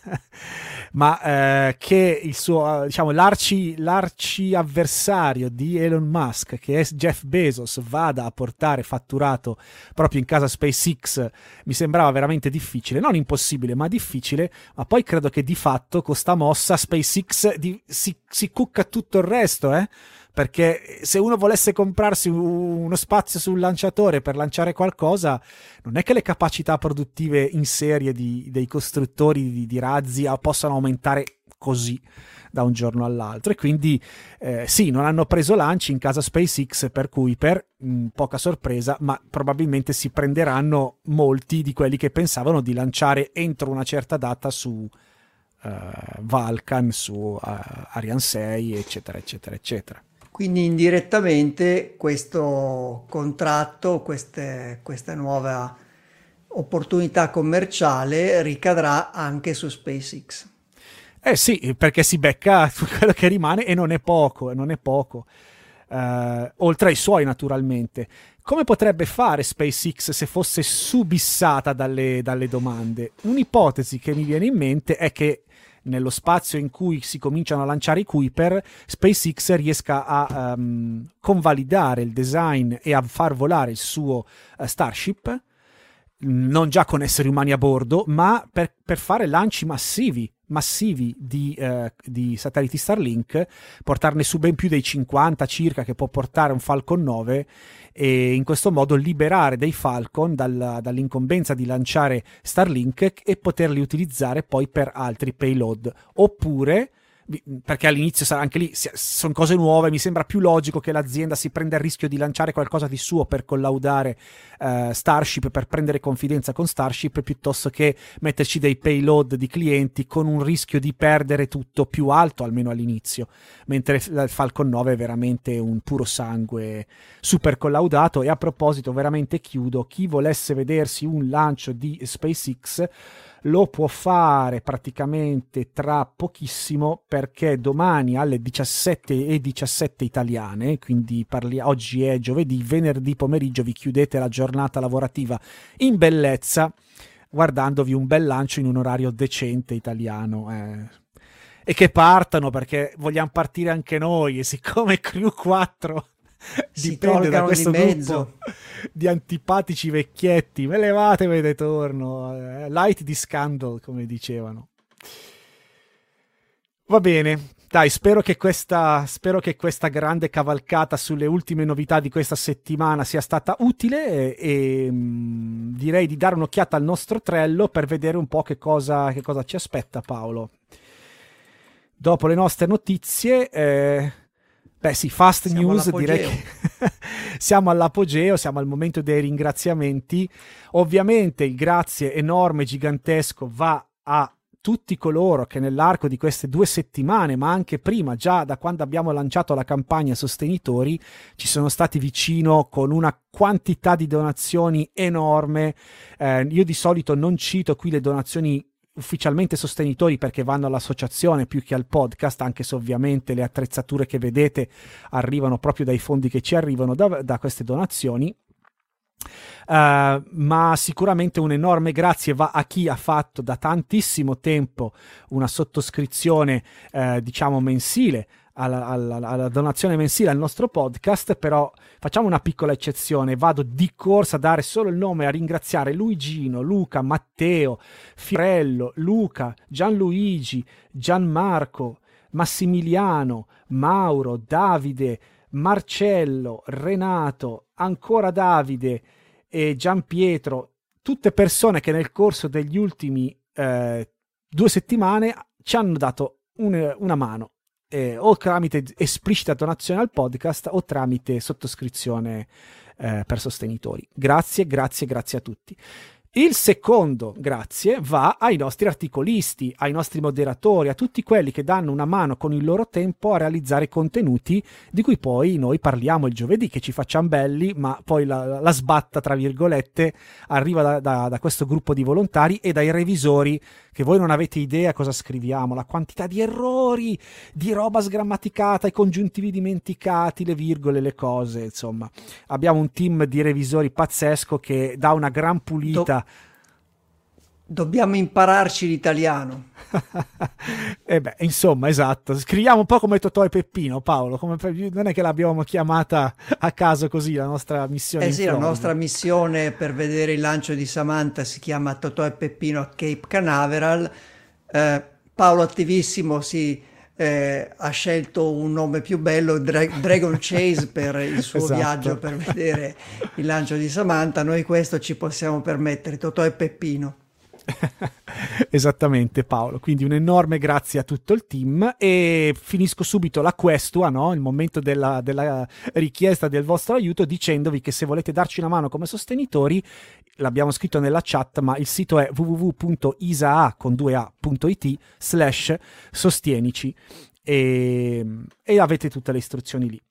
ma che il suo, diciamo, l'arci avversario di Elon Musk, che è Jeff Bezos, vada a portare fatturato proprio in casa SpaceX, mi sembrava veramente difficile, non impossibile ma difficile. Ma poi credo che di fatto con sta mossa SpaceX si cucca tutto il resto, perché se uno volesse comprarsi uno spazio sul lanciatore per lanciare qualcosa, non è che le capacità produttive in serie dei costruttori di razzi possano aumentare così da un giorno all'altro. E quindi sì, non hanno preso lanci in casa SpaceX per Kuiper, poca sorpresa, ma probabilmente si prenderanno molti di quelli che pensavano di lanciare entro una certa data su Vulcan, su Ariane 6, eccetera eccetera eccetera. Quindi indirettamente questo contratto, questa nuova opportunità commerciale ricadrà anche su SpaceX. Sì, perché si becca quello che rimane, e non è poco, oltre ai suoi naturalmente. Come potrebbe fare SpaceX se fosse subissata dalle domande? Un'ipotesi che mi viene in mente è che nello spazio in cui si cominciano a lanciare i Kuiper, SpaceX riesca a convalidare il design e a far volare il suo Starship, non già con esseri umani a bordo, ma per fare lanci massivi di satelliti Starlink, portarne su ben più dei 50 circa che può portare un Falcon 9, e in questo modo liberare dei Falcon dall'incombenza di lanciare Starlink e poterli utilizzare poi per altri payload. Oppure, perché all'inizio sarà anche lì, sono cose nuove, mi sembra più logico che l'azienda si prenda il rischio di lanciare qualcosa di suo per collaudare Starship, per prendere confidenza con Starship, piuttosto che metterci dei payload di clienti con un rischio di perdere tutto più alto, almeno all'inizio, mentre il Falcon 9 è veramente un puro sangue super collaudato. E a proposito, veramente chiudo, chi volesse vedersi un lancio di SpaceX lo può fare praticamente tra pochissimo, perché domani alle 17:17 italiane, quindi oggi è giovedì, venerdì pomeriggio vi chiudete la giornata lavorativa in bellezza guardandovi un bel lancio in un orario decente italiano, e che partano, perché vogliamo partire anche noi, e siccome Crew 4 dipende da questo gruppo di antipatici vecchietti, me levatevi di torno, light di scandal, come dicevano. Va bene, dai, spero che questa grande cavalcata sulle ultime novità di questa settimana sia stata utile, e direi di dare un'occhiata al nostro Trello per vedere un po' che cosa ci aspetta, Paolo. Dopo le nostre notizie, fast siamo news, direi che siamo all'apogeo, siamo al momento dei ringraziamenti. Ovviamente il grazie enorme, gigantesco, va a tutti coloro che nell'arco di queste 2 settimane, ma anche prima, già da quando abbiamo lanciato la campagna sostenitori, ci sono stati vicino con una quantità di donazioni enorme. Io di solito non cito qui le donazioni ufficialmente sostenitori, perché vanno all'associazione più che al podcast, anche se ovviamente le attrezzature che vedete arrivano proprio dai fondi che ci arrivano da queste donazioni. Ma sicuramente un enorme grazie va a chi ha fatto da tantissimo tempo una sottoscrizione diciamo mensile, alla donazione mensile al nostro podcast. Però facciamo una piccola eccezione, vado di corsa a dare solo il nome, a ringraziare Luigino, Luca, Matteo, Fiorello, Luca, Gianluigi, Gianmarco, Massimiliano, Mauro, Davide, Marcello, Renato, ancora Davide e Gianpietro, tutte persone che nel corso degli ultimi 2 settimane ci hanno dato una mano, o tramite esplicita donazione al podcast o tramite sottoscrizione per sostenitori. Grazie a tutti. Il secondo grazie va ai nostri articolisti, ai nostri moderatori, a tutti quelli che danno una mano con il loro tempo a realizzare contenuti di cui poi noi parliamo il giovedì, che ci facciamo belli, ma poi la sbatta, tra virgolette, arriva da questo gruppo di volontari e dai revisori, che voi non avete idea cosa scriviamo, la quantità di errori, di roba sgrammaticata, i congiuntivi dimenticati, le virgole, le cose, insomma. Abbiamo un team di revisori pazzesco che dà una gran pulita. Dobbiamo impararci l'italiano. Insomma, esatto. Scriviamo un po' come Totò e Peppino, Paolo. Non è che l'abbiamo chiamata a caso così, la nostra missione. Sì, la nostra missione per vedere il lancio di Samantha si chiama Totò e Peppino a Cape Canaveral. Paolo attivissimo ha scelto un nome più bello, Dragon Chase, per il suo esatto. viaggio per vedere il lancio di Samantha. Noi questo ci possiamo permettere, Totò e Peppino. Esattamente, Paolo, quindi un enorme grazie a tutto il team, e finisco subito la questua, no? Il momento della richiesta del vostro aiuto, dicendovi che se volete darci una mano come sostenitori, l'abbiamo scritto nella chat, ma il sito è www.isaa.it/sostienici e avete tutte le istruzioni lì.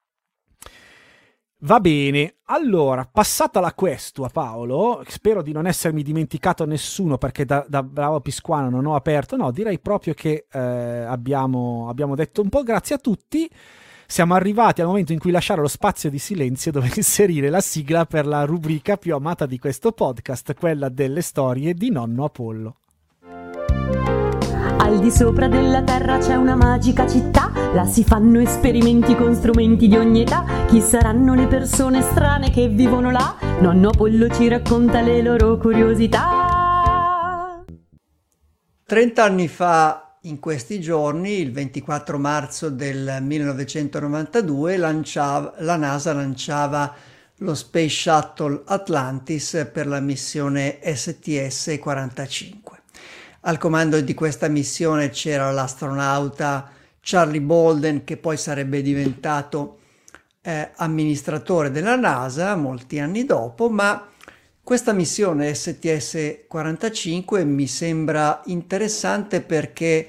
Va bene, allora, passata la questua, Paolo, spero di non essermi dimenticato nessuno, perché da bravo pisquano non ho aperto, no, direi proprio che abbiamo detto un po' grazie a tutti. Siamo arrivati al momento in cui lasciare lo spazio di silenzio dove inserire la sigla per la rubrica più amata di questo podcast, quella delle storie di nonno Apollo. Al di sopra della terra c'è una magica città, là si fanno esperimenti con strumenti di ogni età. Chi saranno le persone strane che vivono là? Nonno Apollo ci racconta le loro curiosità. 30 anni fa, in questi giorni, il 24 marzo del 1992, la NASA lanciava lo Space Shuttle Atlantis per la missione STS-45. Al comando di questa missione c'era l'astronauta Charlie Bolden, che poi sarebbe diventato amministratore della NASA molti anni dopo, ma questa missione STS-45 mi sembra interessante perché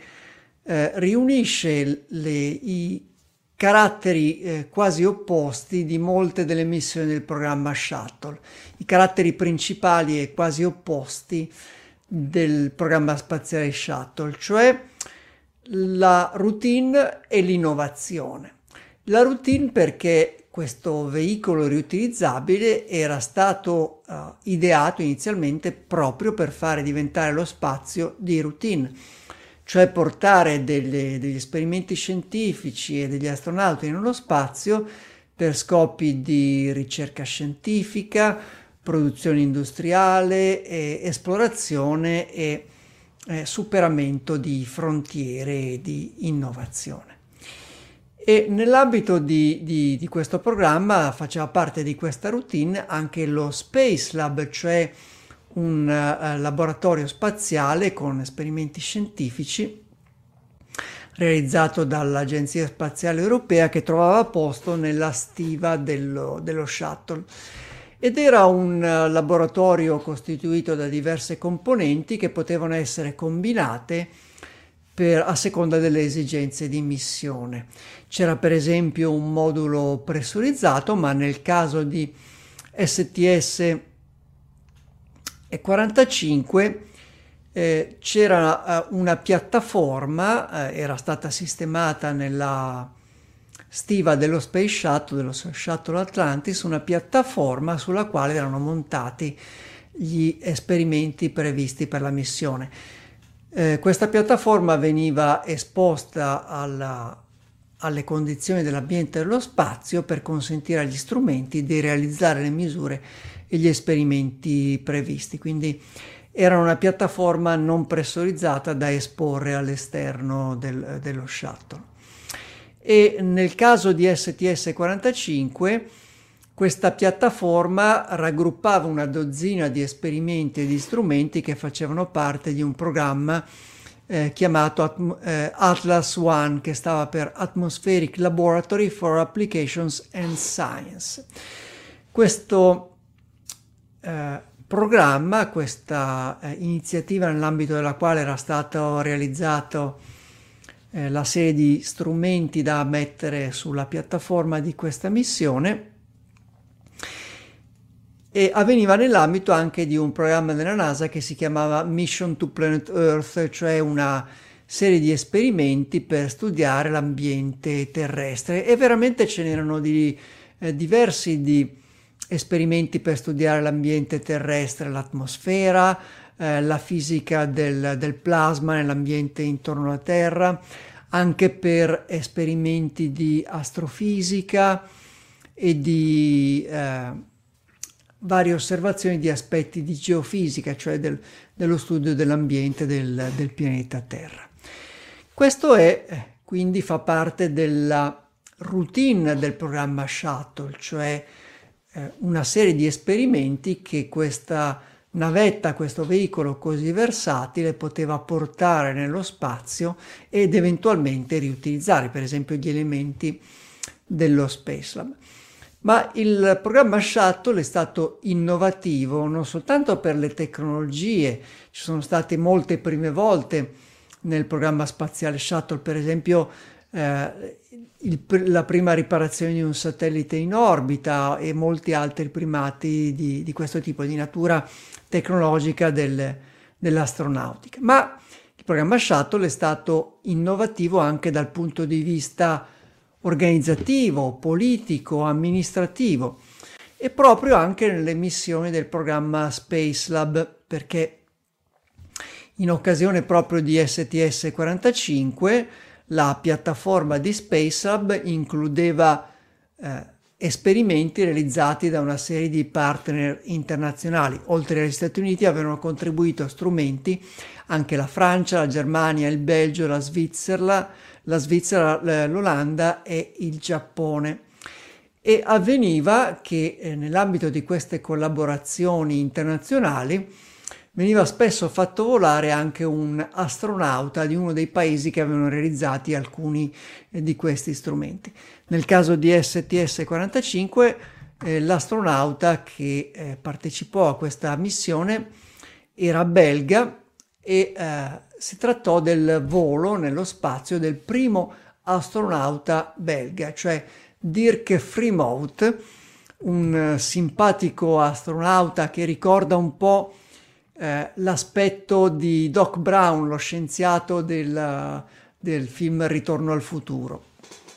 riunisce i caratteri quasi opposti di molte delle missioni del programma Shuttle, i caratteri principali e quasi opposti del programma spaziale Shuttle, cioè la routine e l'innovazione. La routine perché questo veicolo riutilizzabile era stato ideato inizialmente proprio per fare diventare lo spazio di routine, cioè portare degli esperimenti scientifici e degli astronauti nello spazio per scopi di ricerca scientifica, produzione industriale, esplorazione e superamento di frontiere e di innovazione. E nell'ambito di questo programma faceva parte di questa routine anche lo Space Lab, cioè un laboratorio spaziale con esperimenti scientifici realizzato dall'Agenzia Spaziale Europea che trovava posto nella stiva dello shuttle. Ed era un laboratorio costituito da diverse componenti che potevano essere combinate a seconda delle esigenze di missione. C'era per esempio un modulo pressurizzato, ma nel caso di STS-45 c'era una piattaforma, era stata sistemata nella stiva dello Space Shuttle, dello Shuttle Atlantis, una piattaforma sulla quale erano montati gli esperimenti previsti per la missione. Questa piattaforma veniva esposta alle condizioni dell'ambiente e dello spazio per consentire agli strumenti di realizzare le misure e gli esperimenti previsti. Quindi era una piattaforma non pressurizzata da esporre all'esterno dello shuttle. E nel caso di STS-45 questa piattaforma raggruppava una dozzina di esperimenti e di strumenti che facevano parte di un programma chiamato Atlas One, che stava per Atmospheric Laboratory for Applications and Science. Questo programma, questa iniziativa nell'ambito della quale era stato realizzato la serie di strumenti da mettere sulla piattaforma di questa missione, e avveniva nell'ambito anche di un programma della NASA che si chiamava Mission to Planet Earth, cioè una serie di esperimenti per studiare l'ambiente terrestre, e veramente ce n'erano diversi di esperimenti per studiare l'ambiente terrestre, l'atmosfera, la fisica del plasma nell'ambiente intorno alla Terra, anche per esperimenti di astrofisica e di varie osservazioni di aspetti di geofisica, cioè dello studio dell'ambiente del pianeta Terra. Questo quindi fa parte della routine del programma Shuttle, cioè una serie di esperimenti che questa navetta, questo veicolo così versatile, poteva portare nello spazio ed eventualmente riutilizzare, per esempio gli elementi dello Space Lab. Ma il programma Shuttle è stato innovativo non soltanto per le tecnologie, ci sono state molte prime volte nel programma spaziale Shuttle, per esempio la prima riparazione di un satellite in orbita e molti altri primati di questo tipo, di natura tecnologica dell'astronautica. Ma il programma Shuttle è stato innovativo anche dal punto di vista organizzativo, politico, amministrativo, e proprio anche nelle missioni del programma Space Lab, perché In occasione proprio di STS-45, la piattaforma di Spacelab includeva esperimenti realizzati da una serie di partner internazionali. Oltre agli Stati Uniti avevano contribuito strumenti anche la Francia, la Germania, il Belgio, la Svizzera, l'Olanda e il Giappone. E avveniva che nell'ambito di queste collaborazioni internazionali veniva spesso fatto volare anche un astronauta di uno dei paesi che avevano realizzati alcuni di questi strumenti. Nel caso di STS-45, l'astronauta che partecipò a questa missione era belga e si trattò del volo nello spazio del primo astronauta belga, cioè Dirk Frimout, un simpatico astronauta che ricorda un po' l'aspetto di Doc Brown, lo scienziato del film Ritorno al futuro.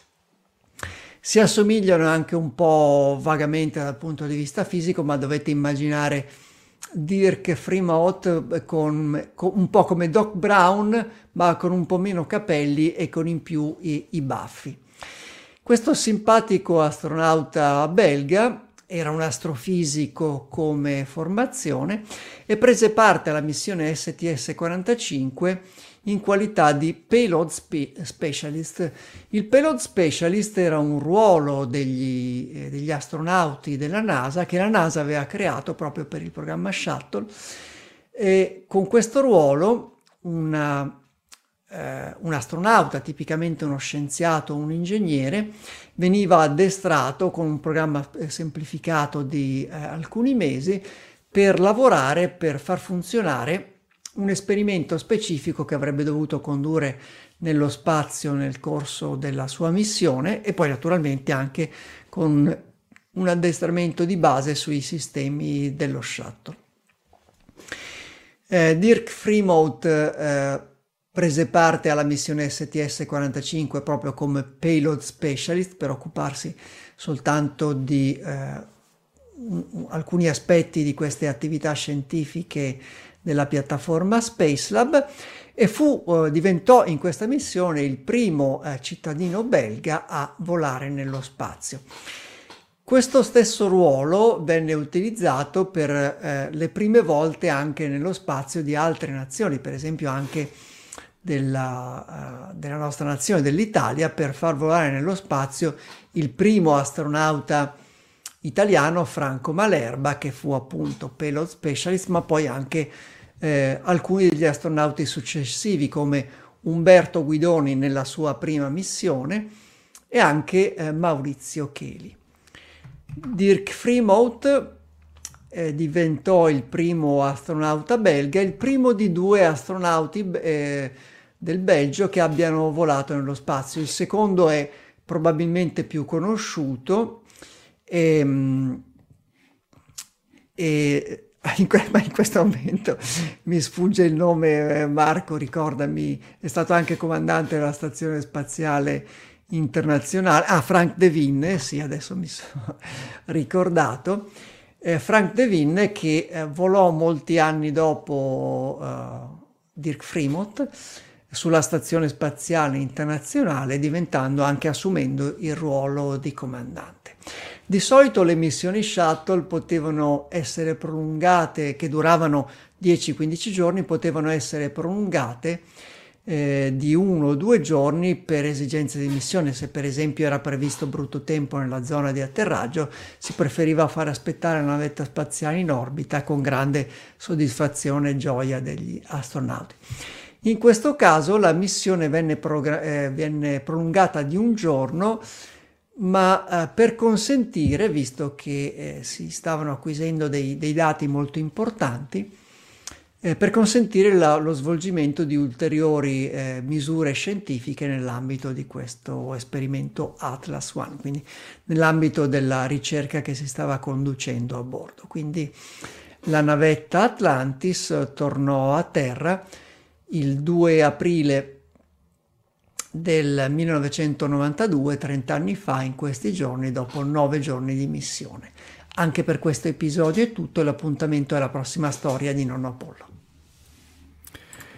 Si assomigliano anche un po' vagamente dal punto di vista fisico, ma dovete immaginare Dirk Frimout con un po' come Doc Brown, ma con un po' meno capelli e con in più i baffi. Questo simpatico astronauta belga era un astrofisico come formazione e prese parte alla missione STS-45 in qualità di payload specialist. Il payload specialist era un ruolo degli astronauti della NASA che la NASA aveva creato proprio per il programma Shuttle, e con questo ruolo un astronauta, tipicamente uno scienziato o un ingegnere, veniva addestrato con un programma semplificato di alcuni mesi per lavorare, per far funzionare un esperimento specifico che avrebbe dovuto condurre nello spazio nel corso della sua missione, e poi naturalmente anche con un addestramento di base sui sistemi dello shuttle. Dirk Frimout prese parte alla missione STS-45 proprio come payload specialist per occuparsi soltanto di alcuni aspetti di queste attività scientifiche della piattaforma Spacelab, e diventò in questa missione il primo cittadino belga a volare nello spazio. Questo stesso ruolo venne utilizzato per le prime volte anche nello spazio di altre nazioni, per esempio anche della nostra nazione, dell'Italia, per far volare nello spazio il primo astronauta italiano, Franco Malerba, che fu appunto payload specialist, ma poi anche alcuni degli astronauti successivi come Umberto Guidoni nella sua prima missione e anche Maurizio Cheli. Dirk Frimout diventò il primo astronauta belga, il primo di due astronauti del Belgio che abbiano volato nello spazio. Il secondo è probabilmente più conosciuto ma in questo momento mi sfugge il nome. Marco, ricordami, è stato anche comandante della Stazione Spaziale Internazionale. Frank De Vinne, sì, adesso mi sono ricordato. Frank De Vinne che volò molti anni dopo Dirk Frimout sulla Stazione Spaziale Internazionale, assumendo il ruolo di comandante. Di solito le missioni shuttle potevano essere prolungate, che duravano 10-15 giorni, potevano essere prolungate di 1 o 2 giorni per esigenze di missione. Se per esempio era previsto brutto tempo nella zona di atterraggio, si preferiva far aspettare la navetta spaziale in orbita, con grande soddisfazione e gioia degli astronauti. In questo caso la missione venne prolungata di 1 giorno, ma per consentire, visto che si stavano acquisendo dei dati molto importanti, per consentire lo svolgimento di ulteriori misure scientifiche nell'ambito di questo esperimento Atlas I, quindi nell'ambito della ricerca che si stava conducendo a bordo. Quindi la navetta Atlantis tornò a terra il 2 aprile del 1992, 30 anni fa, in questi giorni, dopo 9 giorni di missione. Anche per questo episodio è tutto, l'appuntamento è la prossima storia di Nonno Apollo.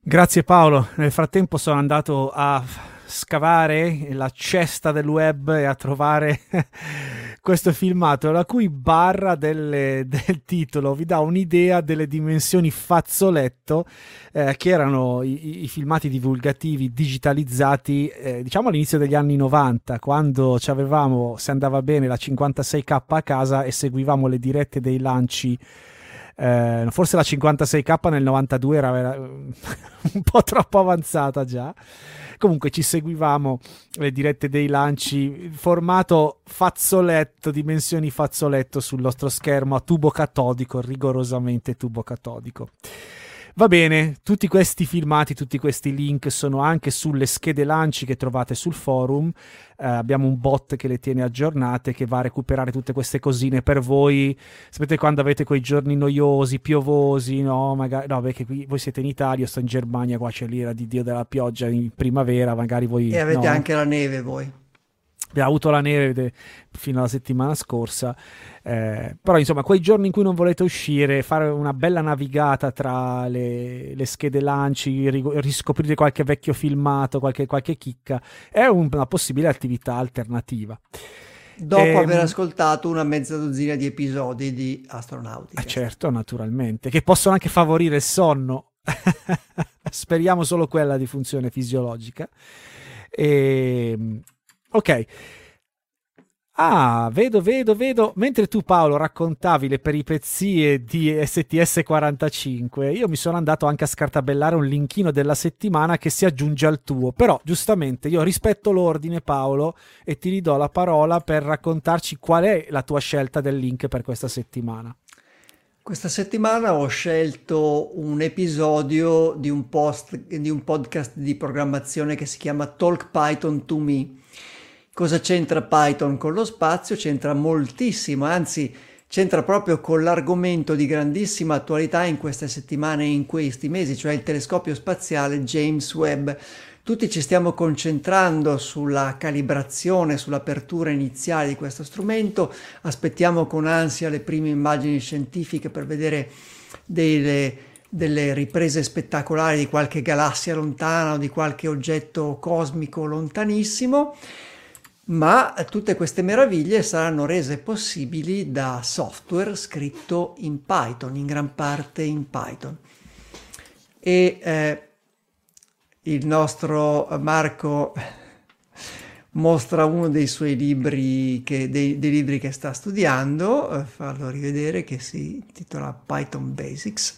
Grazie Paolo, nel frattempo sono andato a scavare la cesta del web e a trovare questo filmato, la cui barra del titolo vi dà un'idea delle dimensioni fazzoletto che erano i filmati divulgativi digitalizzati diciamo all'inizio degli anni 90, quando avevamo, se andava bene, la 56K a casa e seguivamo le dirette dei lanci. Forse la 56K nel 92 era un po' troppo avanzata già. Comunque ci seguivamo le dirette dei lanci, formato fazzoletto, dimensioni fazzoletto sul nostro schermo a tubo catodico, rigorosamente tubo catodico. Va bene, tutti questi filmati, tutti questi link sono anche sulle schede lanci che trovate sul forum. Abbiamo un bot che le tiene aggiornate, che va a recuperare tutte queste cosine per voi. Sapete quando avete quei giorni noiosi, piovosi, no? Magari, no, perché qui voi siete in Italia, io sto in Germania, qua c'è l'ira di Dio della pioggia in primavera, magari voi... E avete no? anche la neve voi. Abbiamo avuto la neve fino alla settimana scorsa, però insomma quei giorni in cui non volete uscire, fare una bella navigata tra le schede lanci, riscoprire qualche vecchio filmato, qualche chicca, è una possibile attività alternativa. Dopo aver ascoltato una mezza dozzina di episodi di Astronautica. Certo, naturalmente, che possono anche favorire il sonno. Speriamo solo quella di funzione fisiologica. Ok. Vedo. Mentre tu Paolo raccontavi le peripezie di STS-45, io mi sono andato anche a scartabellare un linkino della settimana che si aggiunge al tuo. Però, giustamente, io rispetto l'ordine, Paolo, e ti ridò la parola per raccontarci qual è la tua scelta del link per questa settimana. Questa settimana ho scelto un episodio di un podcast di programmazione che si chiama Talk Python to Me. Cosa c'entra Python con lo spazio? C'entra moltissimo, anzi c'entra proprio con l'argomento di grandissima attualità in queste settimane e in questi mesi, cioè il telescopio spaziale James Webb. Tutti ci stiamo concentrando sulla calibrazione, sull'apertura iniziale di questo strumento, aspettiamo con ansia le prime immagini scientifiche per vedere delle riprese spettacolari di qualche galassia lontana o di qualche oggetto cosmico lontanissimo. Ma tutte queste meraviglie saranno rese possibili da software scritto in Python, in gran parte in Python. E il nostro Marco mostra uno dei suoi libri, dei libri che sta studiando, farlo rivedere, che si intitola Python Basics.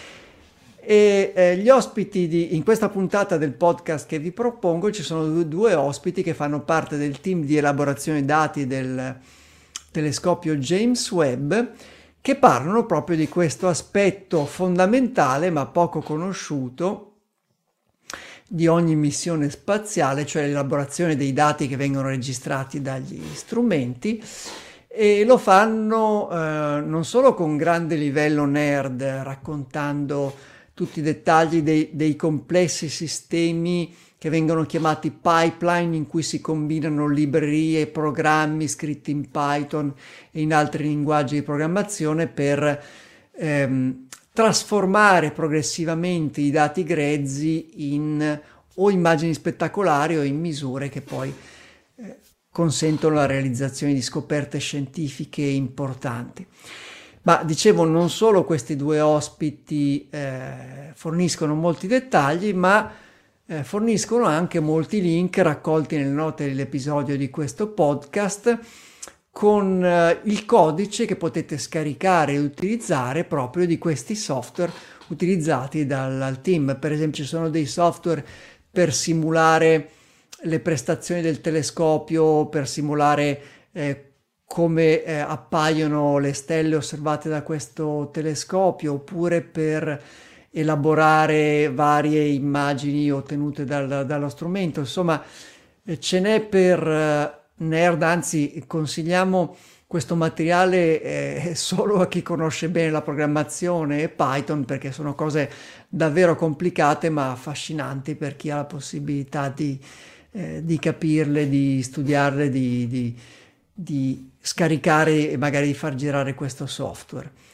E gli ospiti in questa puntata del podcast che vi propongo ci sono due ospiti che fanno parte del team di elaborazione dati del telescopio James Webb, che parlano proprio di questo aspetto fondamentale ma poco conosciuto di ogni missione spaziale, cioè l'elaborazione dei dati che vengono registrati dagli strumenti. E lo fanno non solo con grande livello nerd, raccontando tutti i dettagli dei complessi sistemi che vengono chiamati pipeline, in cui si combinano librerie e programmi scritti in Python e in altri linguaggi di programmazione per trasformare progressivamente i dati grezzi in o immagini spettacolari o in misure che poi consentono la realizzazione di scoperte scientifiche importanti. Ma dicevo, non solo questi due ospiti forniscono molti dettagli, ma forniscono anche molti link raccolti nelle note dell'episodio di questo podcast con il codice che potete scaricare e utilizzare proprio di questi software utilizzati dal team. Per esempio ci sono dei software per simulare le prestazioni del telescopio, per simulare come appaiono le stelle osservate da questo telescopio, oppure per elaborare varie immagini ottenute dallo strumento. Insomma, ce n'è per nerd, anzi consigliamo questo materiale solo a chi conosce bene la programmazione e Python, perché sono cose davvero complicate ma affascinanti per chi ha la possibilità di capirle, di studiarle, di scaricare e magari di far girare questo software.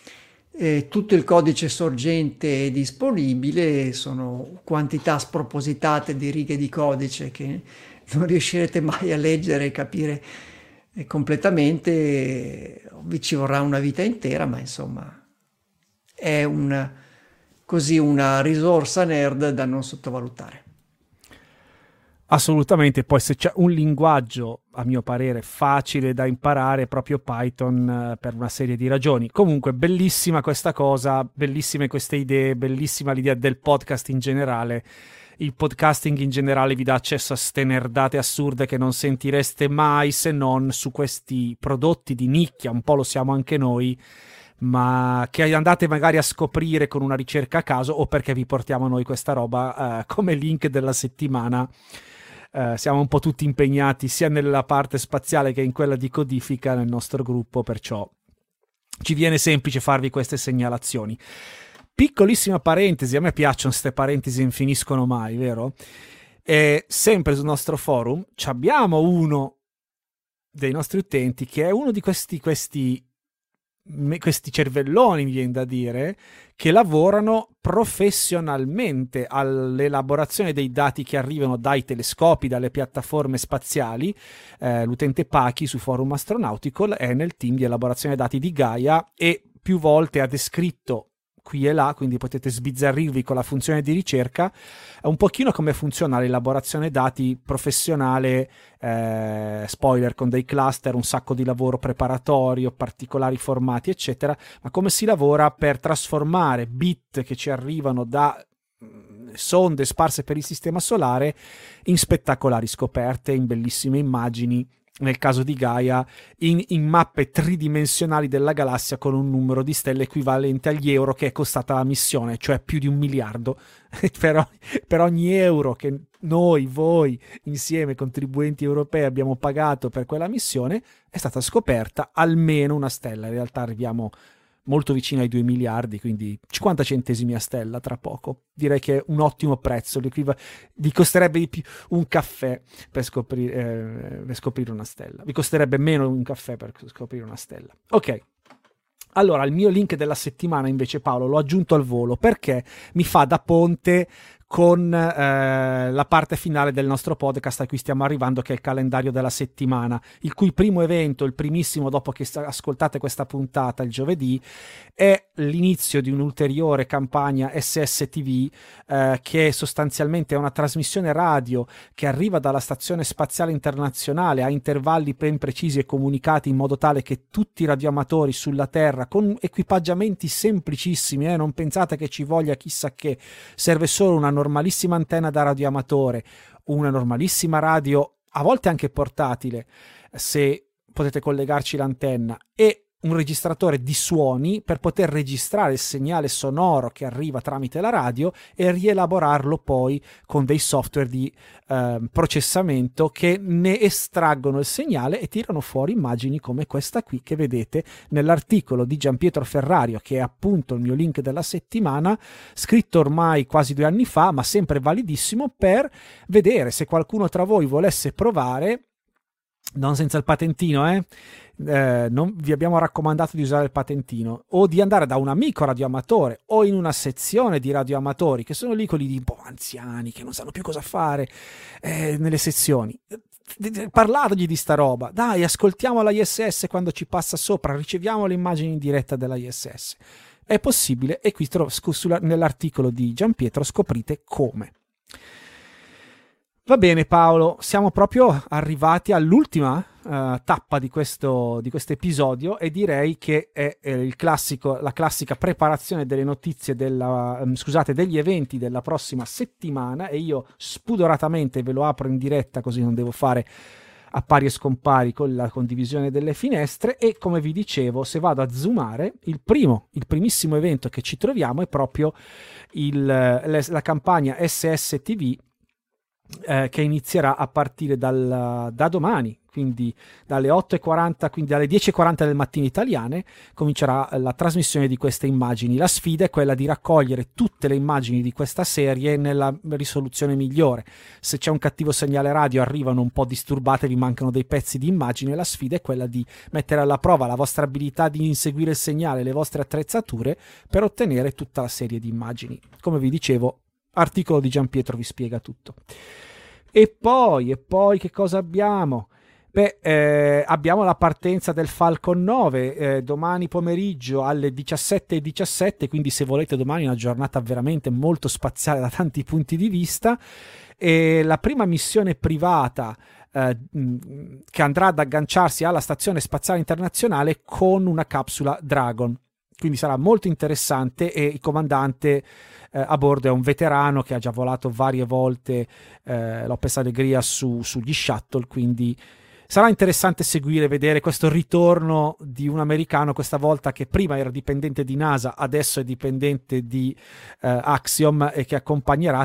tutto il codice sorgente è disponibile, sono quantità spropositate di righe di codice che non riuscirete mai a leggere e capire completamente, vi ci vorrà una vita intera, ma insomma è una risorsa nerd da non sottovalutare. Assolutamente, poi se c'è un linguaggio, a mio parere, facile da imparare è proprio Python, per una serie di ragioni. Comunque, bellissima questa cosa, bellissime queste idee, bellissima l'idea del podcast in generale. Il podcasting in generale vi dà accesso a ste nerdate assurde che non sentireste mai se non su questi prodotti di nicchia, un po' lo siamo anche noi, ma che andate magari a scoprire con una ricerca a caso o perché vi portiamo noi questa roba come link della settimana. Siamo un po' tutti impegnati sia nella parte spaziale che in quella di codifica nel nostro gruppo, perciò ci viene semplice farvi queste segnalazioni. Piccolissima parentesi, a me piacciono queste parentesi, non finiscono mai, vero? E sempre sul nostro forum abbiamo uno dei nostri utenti che è uno di questi cervelloni, mi viene da dire, che lavorano professionalmente all'elaborazione dei dati che arrivano dai telescopi, dalle piattaforme spaziali. L'utente Pachi su Forum Astronautical è nel team di elaborazione dati di Gaia e più volte ha descritto qui e là, quindi potete sbizzarrirvi con la funzione di ricerca, un pochino come funziona l'elaborazione dati professionale, spoiler, con dei cluster, un sacco di lavoro preparatorio, particolari formati eccetera, ma come si lavora per trasformare bit che ci arrivano da sonde sparse per il sistema solare in spettacolari scoperte, in bellissime immagini, nel caso di Gaia in mappe tridimensionali della galassia con un numero di stelle equivalente agli euro che è costata la missione, cioè più di 1 miliardo per ogni euro che noi, voi insieme contribuenti europei abbiamo pagato per quella missione è stata scoperta almeno una stella. In realtà arriviamo molto vicino ai 2 miliardi, quindi 50 centesimi a stella tra poco. Direi che è un ottimo prezzo, vi costerebbe di più un caffè per scoprire una stella. Vi costerebbe meno un caffè per scoprire una stella. Ok. Allora, il mio link della settimana invece, Paolo, l'ho aggiunto al volo perché mi fa da ponte con la parte finale del nostro podcast a cui stiamo arrivando, che è il calendario della settimana, il cui primo evento, il primissimo dopo che ascoltate questa puntata il giovedì, è l'inizio di un'ulteriore campagna SSTV, che sostanzialmente è una trasmissione radio che arriva dalla Stazione Spaziale Internazionale a intervalli ben precisi e comunicati in modo tale che tutti i radioamatori sulla Terra, con equipaggiamenti semplicissimi, non pensate che ci voglia chissà che, serve solo una normalissima antenna da radioamatore, una normalissima radio, a volte anche portatile, se potete collegarci l'antenna, e un registratore di suoni per poter registrare il segnale sonoro che arriva tramite la radio e rielaborarlo poi con dei software di processamento che ne estraggono il segnale e tirano fuori immagini come questa qui che vedete nell'articolo di Gianpietro Ferrario, che è appunto il mio link della settimana, scritto ormai quasi 2 anni fa, ma sempre validissimo per vedere se qualcuno tra voi volesse provare, non senza il patentino, non vi abbiamo raccomandato di usare il patentino, o di andare da un amico radioamatore o in una sezione di radioamatori che sono lì quelli di un po' anziani che non sanno più cosa fare nelle sezioni. Parlatogli di sta roba, dai, ascoltiamo la ISS quando ci passa sopra, riceviamo le immagini in diretta della ISS. È possibile, e qui nell'articolo di Gianpietro scoprite come. Va bene Paolo, siamo proprio arrivati all'ultima tappa di questo episodio, e direi che è la classica preparazione delle notizie degli eventi della prossima settimana, e io spudoratamente ve lo apro in diretta così non devo fare a pari e scompari con la condivisione delle finestre. E come vi dicevo, se vado a zoomare, il primissimo evento che ci troviamo è proprio la campagna SSTV che inizierà a partire da domani, quindi dalle 8:40, quindi dalle 10:40 del mattino italiane, comincerà la trasmissione di queste immagini. La sfida è quella di raccogliere tutte le immagini di questa serie nella risoluzione migliore. Se c'è un cattivo segnale radio arrivano un po' disturbate, vi mancano dei pezzi di immagine. La sfida è quella di mettere alla prova la vostra abilità di inseguire il segnale, le vostre attrezzature, per ottenere tutta la serie di immagini. Come vi dicevo, articolo di Gianpietro vi spiega tutto. E poi che cosa abbiamo? Abbiamo la partenza del Falcon 9 domani pomeriggio alle 17:17, quindi se volete domani è una giornata veramente molto spaziale da tanti punti di vista, e la prima missione privata che andrà ad agganciarsi alla Stazione Spaziale Internazionale con una capsula Dragon, quindi sarà molto interessante, e il comandante a bordo è un veterano che ha già volato varie volte Lopez Alegria sugli shuttle, quindi sarà interessante seguire, vedere questo ritorno di un americano, questa volta che prima era dipendente di NASA, adesso è dipendente di Axiom, e che accompagnerà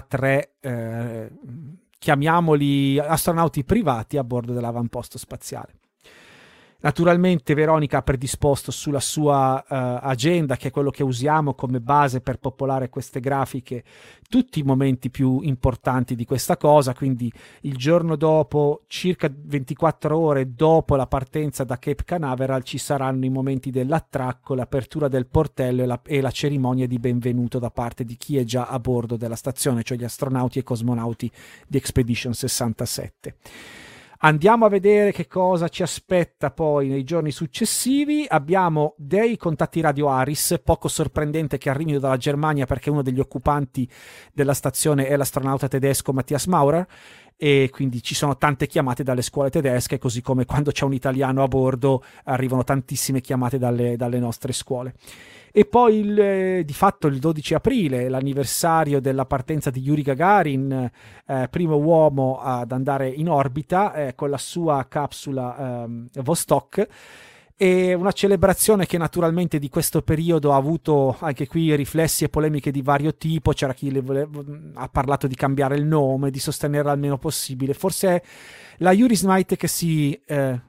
3 chiamiamoli astronauti privati a bordo dell'avamposto spaziale. Naturalmente Veronica ha predisposto sulla sua agenda, che è quello che usiamo come base per popolare queste grafiche, tutti i momenti più importanti di questa cosa, quindi il giorno dopo, circa 24 ore dopo la partenza da Cape Canaveral, ci saranno i momenti dell'attracco, l'apertura del portello e la cerimonia di benvenuto da parte di chi è già a bordo della stazione, cioè gli astronauti e cosmonauti di Expedition 67. Andiamo a vedere che cosa ci aspetta poi nei giorni successivi. Abbiamo dei contatti radio ARIS, poco sorprendente che arrivino dalla Germania, perché uno degli occupanti della stazione è l'astronauta tedesco Matthias Maurer, e quindi ci sono tante chiamate dalle scuole tedesche, così come quando c'è un italiano a bordo arrivano tantissime chiamate dalle nostre scuole. E poi di fatto il 12 aprile, l'anniversario della partenza di Yuri Gagarin, primo uomo ad andare in orbita con la sua capsula Vostok, e una celebrazione che naturalmente di questo periodo ha avuto anche qui riflessi e polemiche di vario tipo. C'era chi ha parlato di cambiare il nome, di sostenerla al meno possibile. Forse è la Yuri's Night che si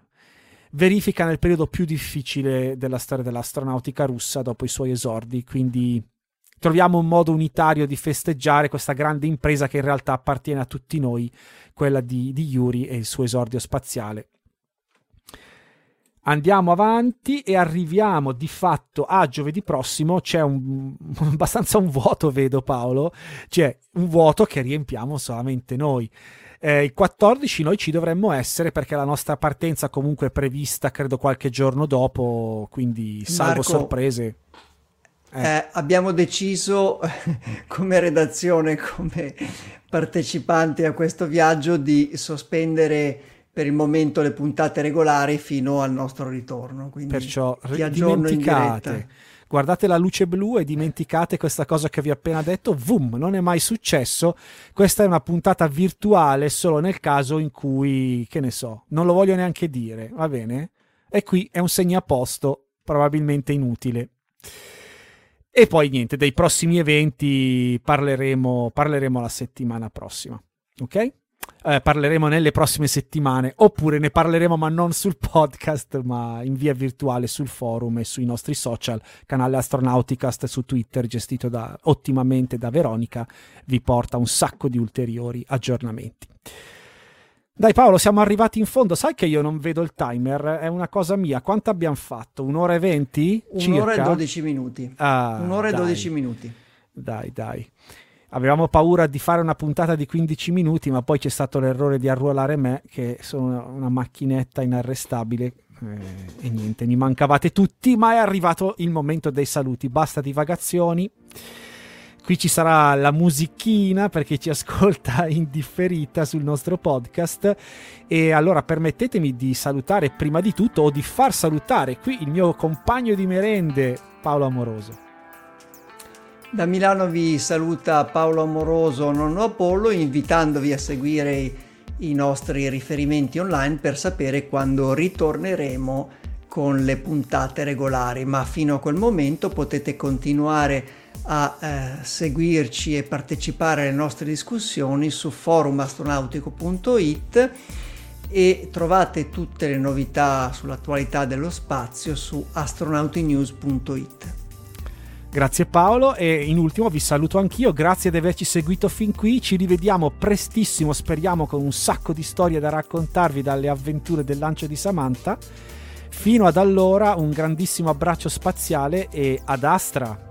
verifica nel periodo più difficile della storia dell'astronautica russa dopo i suoi esordi, quindi troviamo un modo unitario di festeggiare questa grande impresa che in realtà appartiene a tutti noi, quella di Yuri e il suo esordio spaziale. Andiamo avanti e arriviamo di fatto a giovedì prossimo. C'è abbastanza un vuoto, vedo Paolo, c'è un vuoto che riempiamo solamente noi. Il 14 noi ci dovremmo essere, perché la nostra partenza comunque è prevista credo qualche giorno dopo, quindi salvo Marco, sorprese. Abbiamo deciso come redazione, come partecipanti a questo viaggio, di sospendere per il momento le puntate regolari fino al nostro ritorno, quindi perciò ti aggiorno in diretta. Guardate la luce blu e dimenticate questa cosa che vi ho appena detto. Vum, non è mai successo. Questa è una puntata virtuale solo nel caso in cui, che ne so, non lo voglio neanche dire, va bene? E qui è un segnaposto probabilmente inutile. E poi niente, dei prossimi eventi parleremo la settimana prossima, ok? Parleremo nelle prossime settimane, oppure ne parleremo ma non sul podcast, ma in via virtuale sul forum e sui nostri social. Canale Astronauticast su Twitter, gestito ottimamente da Veronica, vi porta un sacco di ulteriori aggiornamenti. Dai Paolo, siamo arrivati in fondo. Sai che io non vedo il timer, è una cosa mia. Quanto abbiamo fatto? 1:20? Un'ora e 12 minuti. Un'ora e 12 minuti. Dai. Avevamo paura di fare una puntata di 15 minuti, ma poi c'è stato l'errore di arruolare me, che sono una macchinetta inarrestabile, e niente, mi mancavate tutti, ma è arrivato il momento dei saluti. Basta divagazioni. Qui ci sarà la musichina per chi ci ascolta in differita sul nostro podcast, e allora permettetemi di salutare prima di tutto, o di far salutare qui il mio compagno di merende, Paolo Amoroso. Da Milano vi saluta Paolo Amoroso, nonno Apollo, invitandovi a seguire i nostri riferimenti online per sapere quando ritorneremo con le puntate regolari, ma fino a quel momento potete continuare a seguirci e partecipare alle nostre discussioni su forumastronautico.it, e trovate tutte le novità sull'attualità dello spazio su astronautinews.it. Grazie Paolo, e in ultimo vi saluto anch'io, grazie di averci seguito fin qui, ci rivediamo prestissimo, speriamo, con un sacco di storie da raccontarvi dalle avventure del lancio di Samantha. Fino ad allora un grandissimo abbraccio spaziale e ad Astra!